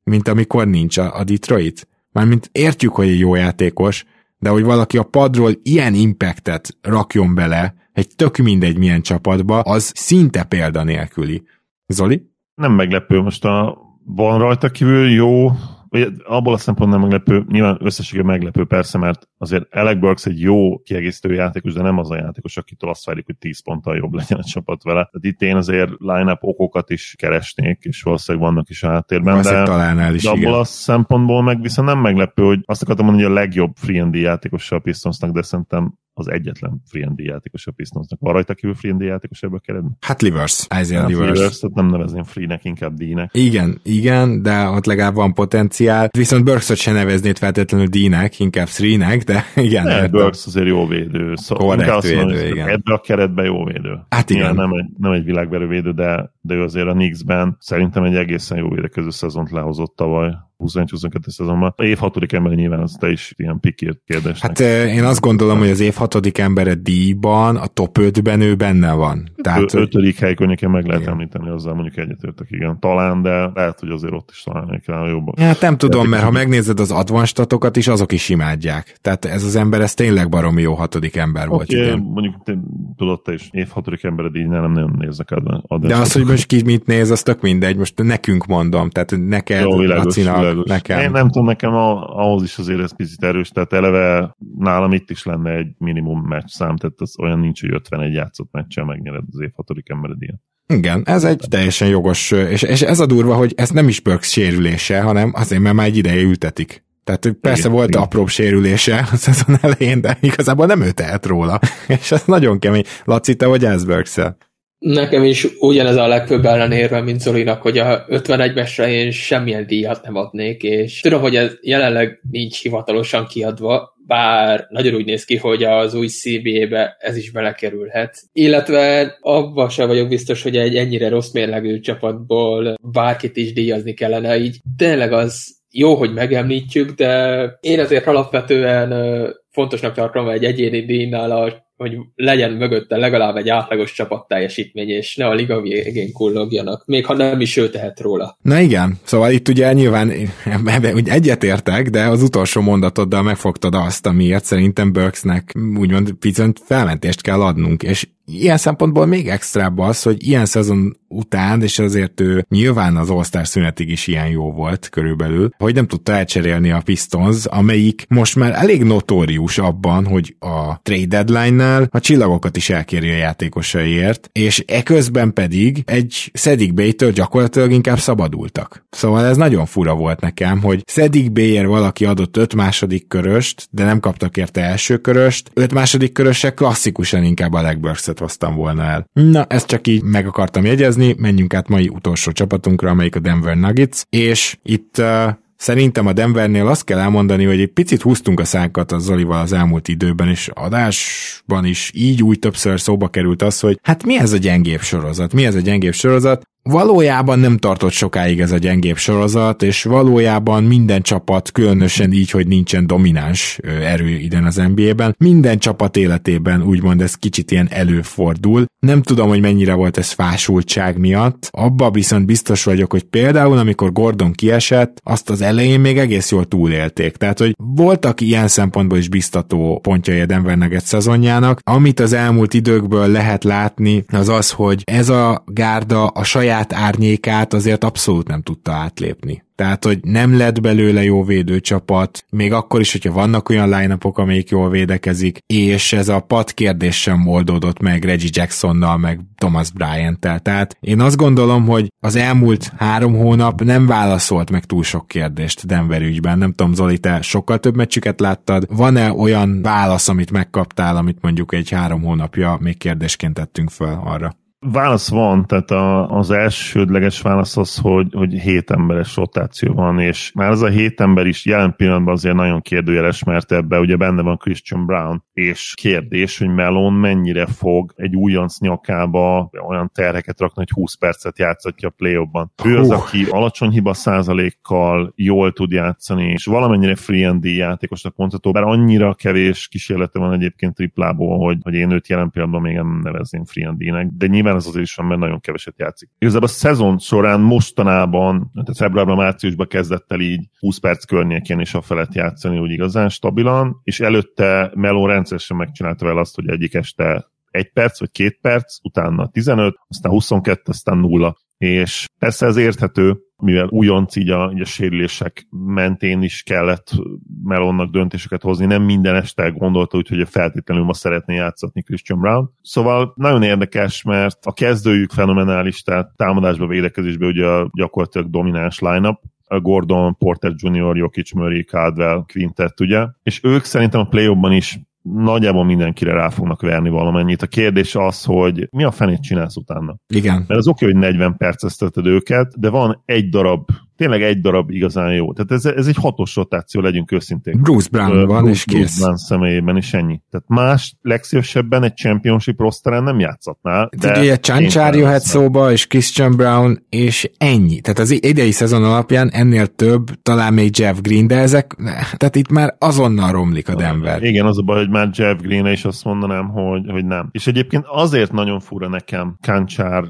mint amikor nincs a, a Detroit. Mármint értjük, hogy egy jó játékos, de hogy valaki a padról ilyen impactet rakjon bele, egy tök mindegy milyen csapatba, az szinte példanélküli. Zoli? Nem meglepő, most a, van rajta kívül jó, vagy abból a szempontból nem meglepő, nyilván összességében meglepő persze, mert azért Alec Burks egy jó kiegészítő játékos, de nem az a játékos, akitől azt várjuk, hogy tíz ponttal jobb legyen a csapat vele. Tehát itt én azért line-up okokat is keresnék, és valószínűleg vannak is a háttérben, de, találnál is, de abból igen. a szempontból meg viszont nem meglepő, hogy azt akartam mondani, hogy a legjobb free and D játékosa a Pistonsnak, de szerintem az egyetlen free and D játékos a Pistonsnak. Van rajta kívül free and D játékos ebbe a keretben? Hát Livers, Isaiah Livers. Livers. Tehát nem nevezném free-nek, inkább D-nek. Igen, igen, de ott legalább van potenciál. Viszont Burksot se neveznéd feltétlenül D-nek, inkább three-nek, de igen. Ne, Burks azért jó védő. Szóval korrekt védő, igen. Ebbe a keretben jó védő. Hát igen. Nem egy, nem egy világverő védő, de, de ő azért a Knicksben szerintem egy egészen jó védekező szezont lehozott tavaly. huszonegy-huszonkettő szezonban. A év hatodik embere nyilván az te is ilyen pikírt kérdésnek. Hát én azt gondolom, hogy az év hatodik embere díjban, a top ötben ő benne van. Tehát, Ö- ötödik hely környékén meg lehet igen. említeni, azzal mondjuk egyetértek, igen. Talán, de lehet, hogy azért ott is találnék rá jobban. Hát nem tudom, mert ha megnézed az advanced statokat is, azok is imádják. Tehát ez az ember, ez tényleg baromi jó hatodik ember volt. Okay, igen. Mondjuk te, tudod te is, év hatodik embere díj, nem nagyon nézzek advanced. De az, hogy most ki mit néz, az tök mindegy. Most nekünk mondom, tehát neked, jó, világos, Lacinak, világos. nekem. Én nem tudom, nekem a, ahhoz is azért ez picit erős, tehát eleve nálam itt is lenne egy minimum meccs szám, tehát az olyan nincs, hogy ötvenegy játszott meccsel megnyered az év hatodik emberedíjat. Igen, ez egy teljesen jogos, és, és ez a durva, hogy ez nem is Burks sérülése, hanem azért, mert már egy ideje ültetik. Tehát persze igen, volt igen. apróbb sérülése a szezon elején, de igazából nem ő tehet róla, és ez nagyon kemény. Laci, te vagy állsz Burks-el? Nekem is ugyanez a legfőbb ellenérve, mint Zolinak, hogy a ötvenegy meccsre én semmilyen díjat nem adnék, és tudom, hogy ez jelenleg nincs hivatalosan kiadva, bár nagyon úgy néz ki, hogy az új cé bé é-be ez is belekerülhet. Illetve abban sem vagyok biztos, hogy egy ennyire rossz mérlegű csapatból bárkit is díjazni kellene, így tényleg az jó, hogy megemlítjük, de én azért alapvetően fontosnak tartom egy egyéni díjnál a hogy legyen mögötte legalább egy átlagos csapat teljesítmény, és ne a liga végén kullogjanak, még ha nem is ő tehet róla. Na igen, szóval itt ugye nyilván ebben úgy egyetértek, de az utolsó mondatoddal megfogtad azt, amiért szerintem Burksnek úgymond picit felmentést kell adnunk, és ilyen szempontból még extrább az, hogy ilyen szezon után, és azért ő nyilván az All-Star szünetig is ilyen jó volt körülbelül, hogy nem tudta elcserélni a Pistons, amelyik most már elég notórius abban, hogy a trade deadline-nál a csillagokat is elkéri a játékosaiért, és eközben pedig egy Saddiq Bey-től gyakorlatilag inkább szabadultak. Szóval ez nagyon fura volt nekem, hogy Saddiq Bey-ért valaki adott öt második köröst, de nem kaptak érte első köröst, öt második körösek klasszikusan inkább a Alec Burks-et hoztam volna el. Na, ezt csak így meg akartam jegyezni, menjünk át mai utolsó csapatunkra, amelyik a Denver Nuggets, és itt uh, szerintem a Denvernél azt kell elmondani, hogy egy picit húztunk a szánkat a Zolival az elmúlt időben, és adásban is így úgy többször szóba került az, hogy hát mi ez a gyengébb sorozat, mi ez a gyengébb sorozat, valójában nem tartott sokáig ez a gyengébb sorozat, és valójában minden csapat, különösen így, hogy nincsen domináns erő iden az en bé á-ben, minden csapat életében úgymond ez kicsit ilyen előfordul. Nem tudom, hogy mennyire volt ez fásultság miatt, abba viszont biztos vagyok, hogy például amikor Gordon kiesett, azt az elején még egész jól túlélték. Tehát, hogy voltak ilyen szempontból is biztató pontjai a Denver Nuggets szezonjának. Amit az elmúlt időkből lehet látni, az az, hogy ez a gárda a saját árnyékát azért abszolút nem tudta átlépni. Tehát, hogy nem lett belőle jó védőcsapat, még akkor is, hogyha vannak olyan line-upok, amelyik jól védekezik, és ez a pad kérdés sem oldódott meg Reggie Jacksonnal, meg Thomas Bryant-tel. Tehát én azt gondolom, hogy az elmúlt három hónap nem válaszolt meg túl sok kérdést Denver ügyben. Nem tudom, Zoli, te sokkal több meccsüket láttad. Van-e olyan válasz, amit megkaptál, amit mondjuk egy három hónapja még kérdésként tettünk fel arra? Válasz van, tehát a, az elsődleges válasz az, hogy, hogy hét emberes rotáció van, és már az a hét ember is jelen pillanatban azért nagyon kérdőjeles, mert ebben ugye benne van Christian Brown, és kérdés, hogy Melon mennyire fog egy újonc nyakába olyan terheket rakni, hogy húsz percet játszatja a play-offban. Ő az, aki alacsony hiba százalékkal jól tud játszani, és valamennyire free and D játékosnak mondható, bár annyira kevés kísérlete van egyébként triplából, hogy, hogy én őt jelen pillanatban még nem nevezném free and D-nek, de nyilván nyilván ez azért is van, mert nagyon keveset játszik. Igazából a szezon során mostanában, tehát februárban, márciusban kezdett el így húsz perc környékén is a felett játszani úgy igazán stabilan, és előtte Melo rendszeresen megcsinálta vele azt, hogy egyik este egy perc, vagy két perc, utána tizenöt, aztán huszonkettő, aztán nulla. És persze ez érthető, mivel újonc így a, így a sérülések mentén is kellett Melonnak döntéseket hozni, nem minden este gondolta, úgyhogy feltétlenül ma szeretné játszatni Christian Brown. Szóval nagyon érdekes, mert a kezdőjük fenomenális, tehát támadásba, védekezésbe ugye a gyakorlatilag domináns line-up, a Gordon, Porter junior, Jokic, Murray, Caldwell, Quintet, ugye? És ők szerintem a play-offban is nagyjából mindenkire rá fognak verni valamennyit. A kérdés az, hogy mi a fenét csinálsz utána? Igen. Mert az oké, hogy negyven percezteted őket, de van egy darab, tényleg egy darab igazán jó. Tehát ez, ez egy hatos rotáció, legyünk őszinték. Bruce Brown uh, van, Bruce, és kész. Bruce Brown személyében is ennyi. Tehát más legszívesebben egy championship rosteren nem játszatnál. De ugye Csancsár jöhet szóba, és Christian Brown, és ennyi. Tehát az idei szezon alapján ennél több, talán még Jeff Green, de ezek, tehát itt már azonnal romlik a Denver. Igen, az a baj, hogy már Jeff Green is azt mondanám, hogy, hogy nem. És egyébként azért nagyon fura nekem Csancsár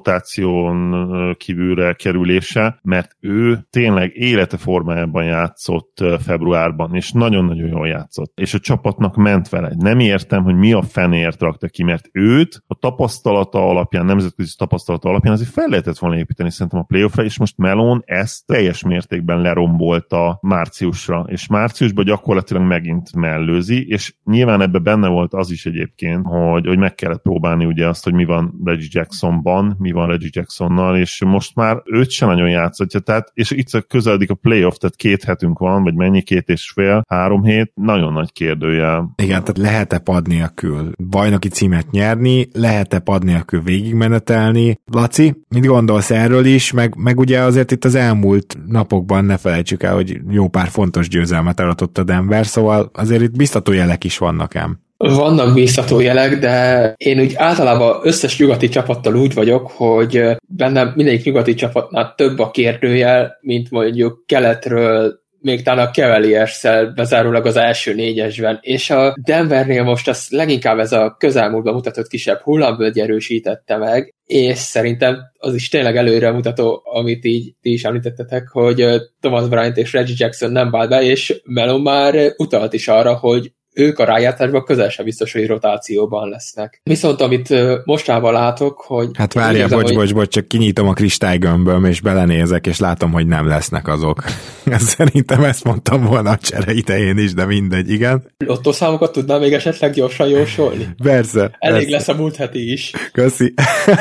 rotáción kívülre kerülése, mert ő tényleg élete formájában játszott februárban, és nagyon-nagyon jól játszott. És a csapatnak ment vele. Nem értem, hogy mi a fenért rakta ki, mert őt a tapasztalata alapján, nemzetközi tapasztalata alapján azért fel lehetett volna építeni szerintem a playoffra, és most Melon ezt teljes mértékben lerombolta márciusra, és márciusban gyakorlatilag megint mellőzi, és nyilván ebben benne volt az is egyébként, hogy, hogy meg kellett próbálni ugye azt, hogy mi van Reggie Jacksonban, mi van Reggie Jacksonnal, és most már őt sem nagyon játszatja, tehát, és itt közeledik a playoff, tehát két hetünk van, vagy mennyi, két és fél, három hét, nagyon nagy kérdőjel. Igen, tehát lehet-e pad nélkül bajnoki címet nyerni, lehet-e pad nélkül végigmenetelni? Laci, mit gondolsz erről is, meg, meg ugye azért itt az elmúlt napokban ne felejtsük el, hogy jó pár fontos győzelmet aratott a Denver, szóval azért itt biztató jelek is vannak ám. Vannak bíztató jelek, de én úgy általában összes nyugati csapattal úgy vagyok, hogy bennem mindegyik nyugati csapatnál több a kérdőjel, mint mondjuk keletről, még talán a Cavalierszel bezárólag az első négyesben, és a Denvernél most azt leginkább ez a közelmúltban mutatott kisebb hullámvölgy erősítette meg, és szerintem az is tényleg előremutató, amit így ti is említettetek, hogy Thomas Bryant és Reggie Jackson nem vált be, és Melo már utalt is arra, hogy ők a rájátszásban közel sem biztos, hogy rotációban lesznek. Viszont amit mostában látok, hogy... Hát várjál, bocs, hogy... bocs, bocs, csak kinyitom a kristálygömböm, és belenézek, és látom, hogy nem lesznek azok. Szerintem ezt mondtam volna a csere idején is, de mindegy, igen. Lottószámokat tudnál még esetleg gyorsan jósolni? Persze. Elég persze. lesz a múlt heti is. Köszi.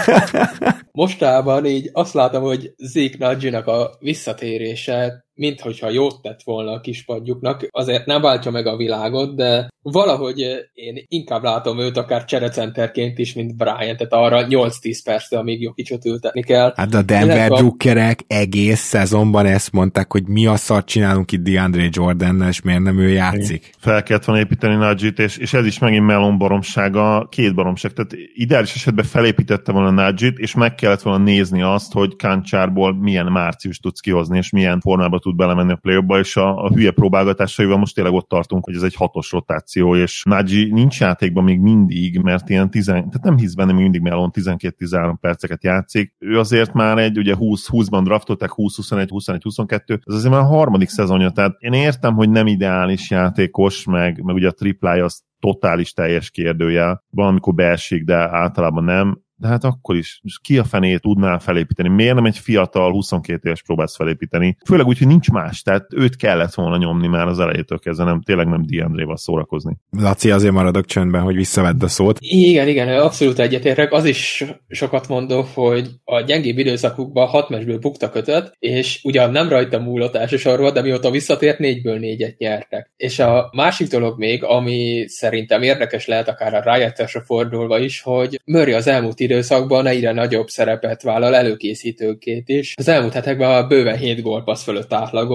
Mostában így azt látom, hogy Zeke Nnaji-nak a visszatérése, minthogyha jót tett volna a kispadjuknak, azért nem váltja meg a világot, de valahogy én inkább látom őt akár cserecenterként is, mint Bryant, tehát arra nyolc-tíz percre, amíg Jokicot ültetni kell. Hát a Denver drukkerek egész szezonban ezt mondták, hogy mi a szart csinálunk itt DeAndre Jordannel, és miért nem ő játszik. Fel kellett volna építeni Nnaji-t, és, és ez is megint Melon baromsága, két baromság. Tehát ideális esetben felépítette volna Nnaji-t, és meg kellett volna nézni azt, hogy Kancsárból milyen március tudsz kihozni, és milyen formában tud belemenni a play-offba, és a, a hülye próbálgatásaival most tényleg ott tartunk, hogy ez egy hatos rotáció, és Nnaji nincs játékban még mindig, mert ilyen tíz, tehát nem hisz benne még mindig Melon tizenkét-tizenhárom perceket játszik. Ő azért már egy, ugye húsz-húszban draftolták, húsz huszonegy, huszonegy huszonkettő, ez azért már a harmadik szezonja, tehát én értem, hogy nem ideális játékos, meg, meg ugye a triplája az totális teljes kérdőjel, valamikor beesik, de általában nem. De hát akkor is, ki a fenét tudnál felépíteni? Miért nem egy fiatal, huszonkét éves próbálsz felépíteni? Főleg úgy, hogy nincs más, tehát őt kellett volna nyomni már az elejétől kezdve, nem, tényleg nem DeAndre-val szórakozni. Laci, azért maradok csöndben, hogy visszavedd a szót. Igen, igen, abszolút egyetértek. Az is sokat mondó, hogy a gyengébb időszakukban hat meccsből bukta kötött, és ugyan nem rajta múlott elsősorban, de mióta visszatért négyből négyet nyertek. És a másik dolog még, ami szerintem érdekes lehet akár a rájátszásra fordulva is, hogy Murray az elmúlt időszakban egyre nagyobb szerepet vállal előkészítőként is. Az elmúlt hetekben a bőven hét gólpassz fölött átlagol,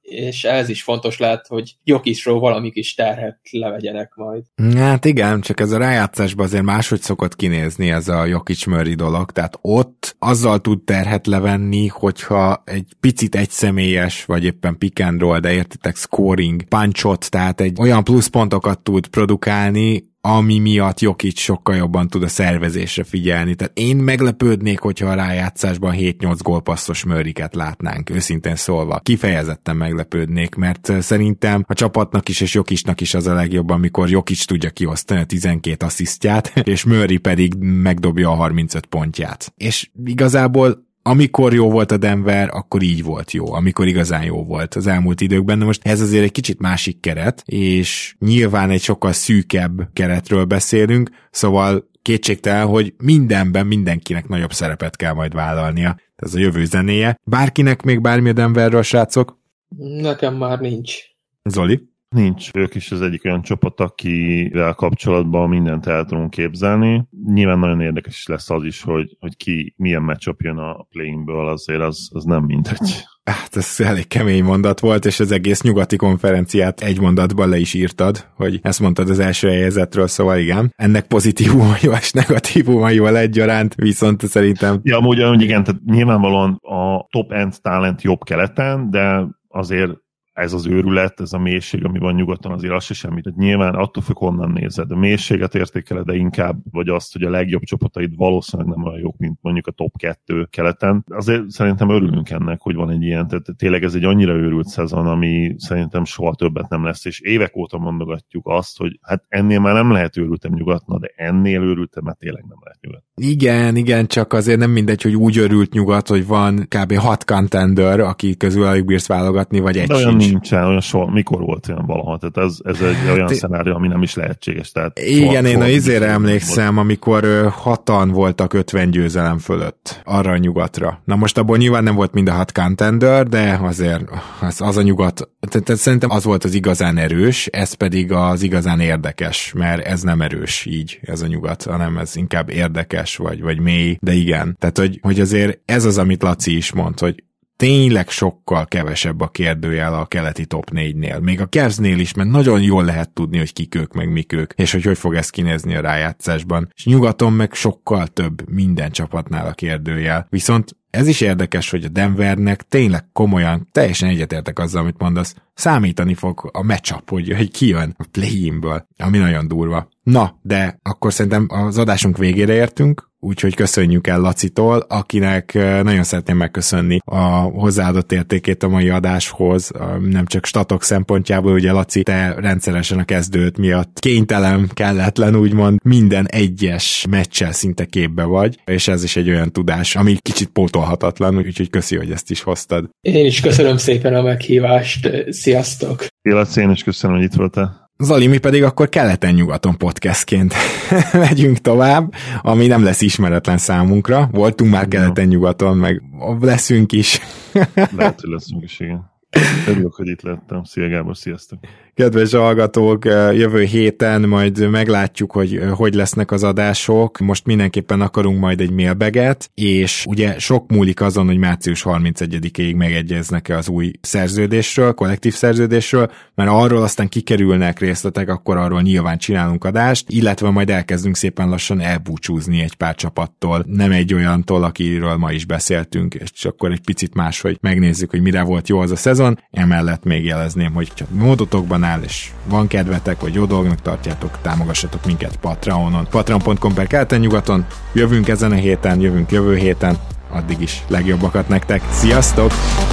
és ez is fontos lehet, hogy Jokicról valami kis terhet levegyenek majd. Hát igen, csak ez a rájátszásban azért máshogy szokott kinézni ez a Jokic-Murray dolog, tehát ott azzal tud terhet levenni, hogyha egy picit egyszemélyes, vagy éppen pick and roll, de értitek, scoring, punchot, tehát egy olyan pluszpontokat tud produkálni, ami miatt Jokic sokkal jobban tud a szervezésre figyelni. Tehát én meglepődnék, hogyha a rájátszásban hét-nyolc gólpasszos Murrayket látnánk, őszintén szólva. Kifejezetten meglepődnék, mert szerintem a csapatnak is és Jokicnak is az a legjobb, amikor Jokic tudja kiosztani a tizenkét asszisztját, és Murray pedig megdobja a harmincöt pontját. És igazából amikor jó volt a Denver, akkor így volt jó, amikor igazán jó volt az elmúlt időkben. De most ez azért egy kicsit másik keret, és nyilván egy sokkal szűkebb keretről beszélünk, szóval kétségtelen, hogy mindenben mindenkinek nagyobb szerepet kell majd vállalnia. Ez a jövő zenéje. Bárkinek még bármi a Denverről, srácok? Nekem már nincs. Zoli? Nincs. Ők is az egyik olyan csapat, akivel kapcsolatban mindent el tudunk képzelni. Nyilván nagyon érdekes lesz az is, hogy, hogy ki milyen matchup jön a play-inből, azért az, az nem mindegy. Hát ez elég kemény mondat volt, és az egész nyugati konferenciát egy mondatban le is írtad, hogy ezt mondtad az első helyezetről, szóval igen. Ennek pozitívumaival és negatívumaival egyaránt, viszont szerintem... Ja, amúgy, amúgy igen, tehát nyilvánvalóan a top-end talent jobb keleten, de azért ez az őrület, ez a mélység, ami van nyugaton, azért az se semmit. Tehát nyilván attól függ, honnan nézed. A mélységet értékeled, de inkább, vagy azt, hogy a legjobb csapataid valószínűleg nem olyan jók, mint mondjuk a top kettő keleten. Azért szerintem örülünk ennek, hogy van egy ilyen, tehát tényleg ez egy annyira őrült szezon, ami szerintem soha többet nem lesz, és évek óta mondogatjuk azt, hogy hát ennél már nem lehet őrültem nyugatna, de ennél őrültem, mert tényleg nem lehet nyugat. Igen, igen, csak azért nem mindegy, hogy úgy örült nyugat, hogy van kb. hat contender, aki közül alig bírsz válogatni, vagy egy sincs. Nincsen, olyan soha, mikor volt olyan valaha, tehát ez, ez egy olyan szenárió, ami nem is lehetséges. Tehát igen, én a izére emlékszem, volt. Amikor ö, hatan voltak ötven győzelem fölött arra a nyugatra. Na most abból nyilván nem volt mind a hat contender, de azért az, az a nyugat, tehát szerintem az volt az igazán erős, ez pedig az igazán érdekes, mert ez nem erős így, ez a nyugat, hanem ez inkább érdekes, vagy, vagy mély, de igen. Tehát, hogy, hogy azért ez az, amit Laci is mond, hogy tényleg sokkal kevesebb a kérdőjel a keleti top négynél. Még a Cavsnél is, mert nagyon jól lehet tudni, hogy kik ők, meg mik ők, és hogy hogy fog ez kinézni a rájátszásban. És nyugaton meg sokkal több minden csapatnál a kérdőjel. Viszont ez is érdekes, hogy a Denvernek tényleg komolyan, teljesen egyetértek azzal, amit mondasz, számítani fog a matchup, hogy, hogy ki jön a play-inből, ami nagyon durva. Na, de akkor szerintem az adásunk végére értünk, úgyhogy köszönjük el Lacitól, akinek nagyon szeretném megköszönni a hozzáadott értékét a mai adáshoz, nem csak statok szempontjából, ugye Laci, te rendszeresen a kezdőt miatt kénytelen, kelletlen úgymond minden egyes meccsel szinte képbe vagy, és ez is egy olyan tudás, ami kicsit pótolhatatlan, úgyhogy köszi, hogy ezt is hoztad. Én is köszönöm szépen a meghívást, sziasztok! Laci, én is köszönöm, hogy itt voltál. Zali, mi pedig akkor keleten-nyugaton podcastként megyünk tovább, ami nem lesz ismeretlen számunkra. Voltunk már keleten-nyugaton, meg leszünk is. Lehet, hogy leszünk is, igen. Örülök, hogy itt lettem. Szia Gábor, sziasztok! Kedves hallgatók, jövő héten majd meglátjuk, hogy hogy lesznek az adások. Most mindenképpen akarunk majd egy mailbaget, és ugye sok múlik azon, hogy március harmincegyedikéig megegyeznek-e az új szerződésről, kollektív szerződésről, mert arról aztán kikerülnek részletek, akkor arról nyilván csinálunk adást, illetve majd elkezdünk szépen lassan elbúcsúzni egy pár csapattól. Nem egy olyantól, akiről ma is beszéltünk, és akkor egy picit más, hogy megnézzük, hogy mire volt jó az a szezon. Emellett még jelezném, hogy csak módotokban áll, és van kedvetek, vagy jó dolgnak tartjátok, támogassatok minket Patreonon. patreon pont com per keleten-nyugaton. Jövünk ezen a héten, jövünk jövő héten. Addig is legjobbakat nektek. Sziasztok!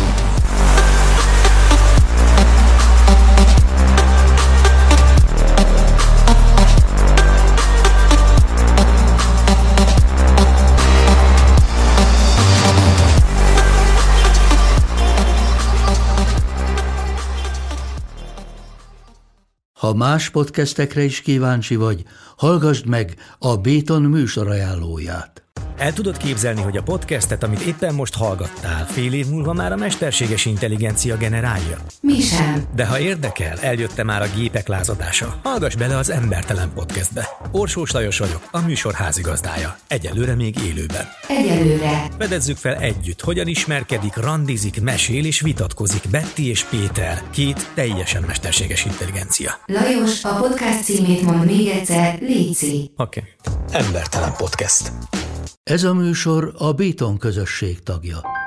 Ha más podcastekre is kíváncsi vagy, hallgassd meg a Béton műsor ajánlóját. El tudod képzelni, hogy a podcastet, amit éppen most hallgattál, fél év múlva már a mesterséges intelligencia generálja? Mi sem. De ha érdekel, eljött már a gépek lázadása. Hallgass bele az Embertelen Podcastbe. Orsós Lajos vagyok, a műsor házigazdája. Egyelőre még élőben. Egyelőre. Fedezzük fel együtt, hogyan ismerkedik, randizik, mesél és vitatkozik Betty és Péter, két teljesen mesterséges intelligencia. Lajos, a podcast címét mond még egyszer, léci. Oké. Okay. Embertelen Podcast. Ez a műsor a Béton közösség tagja.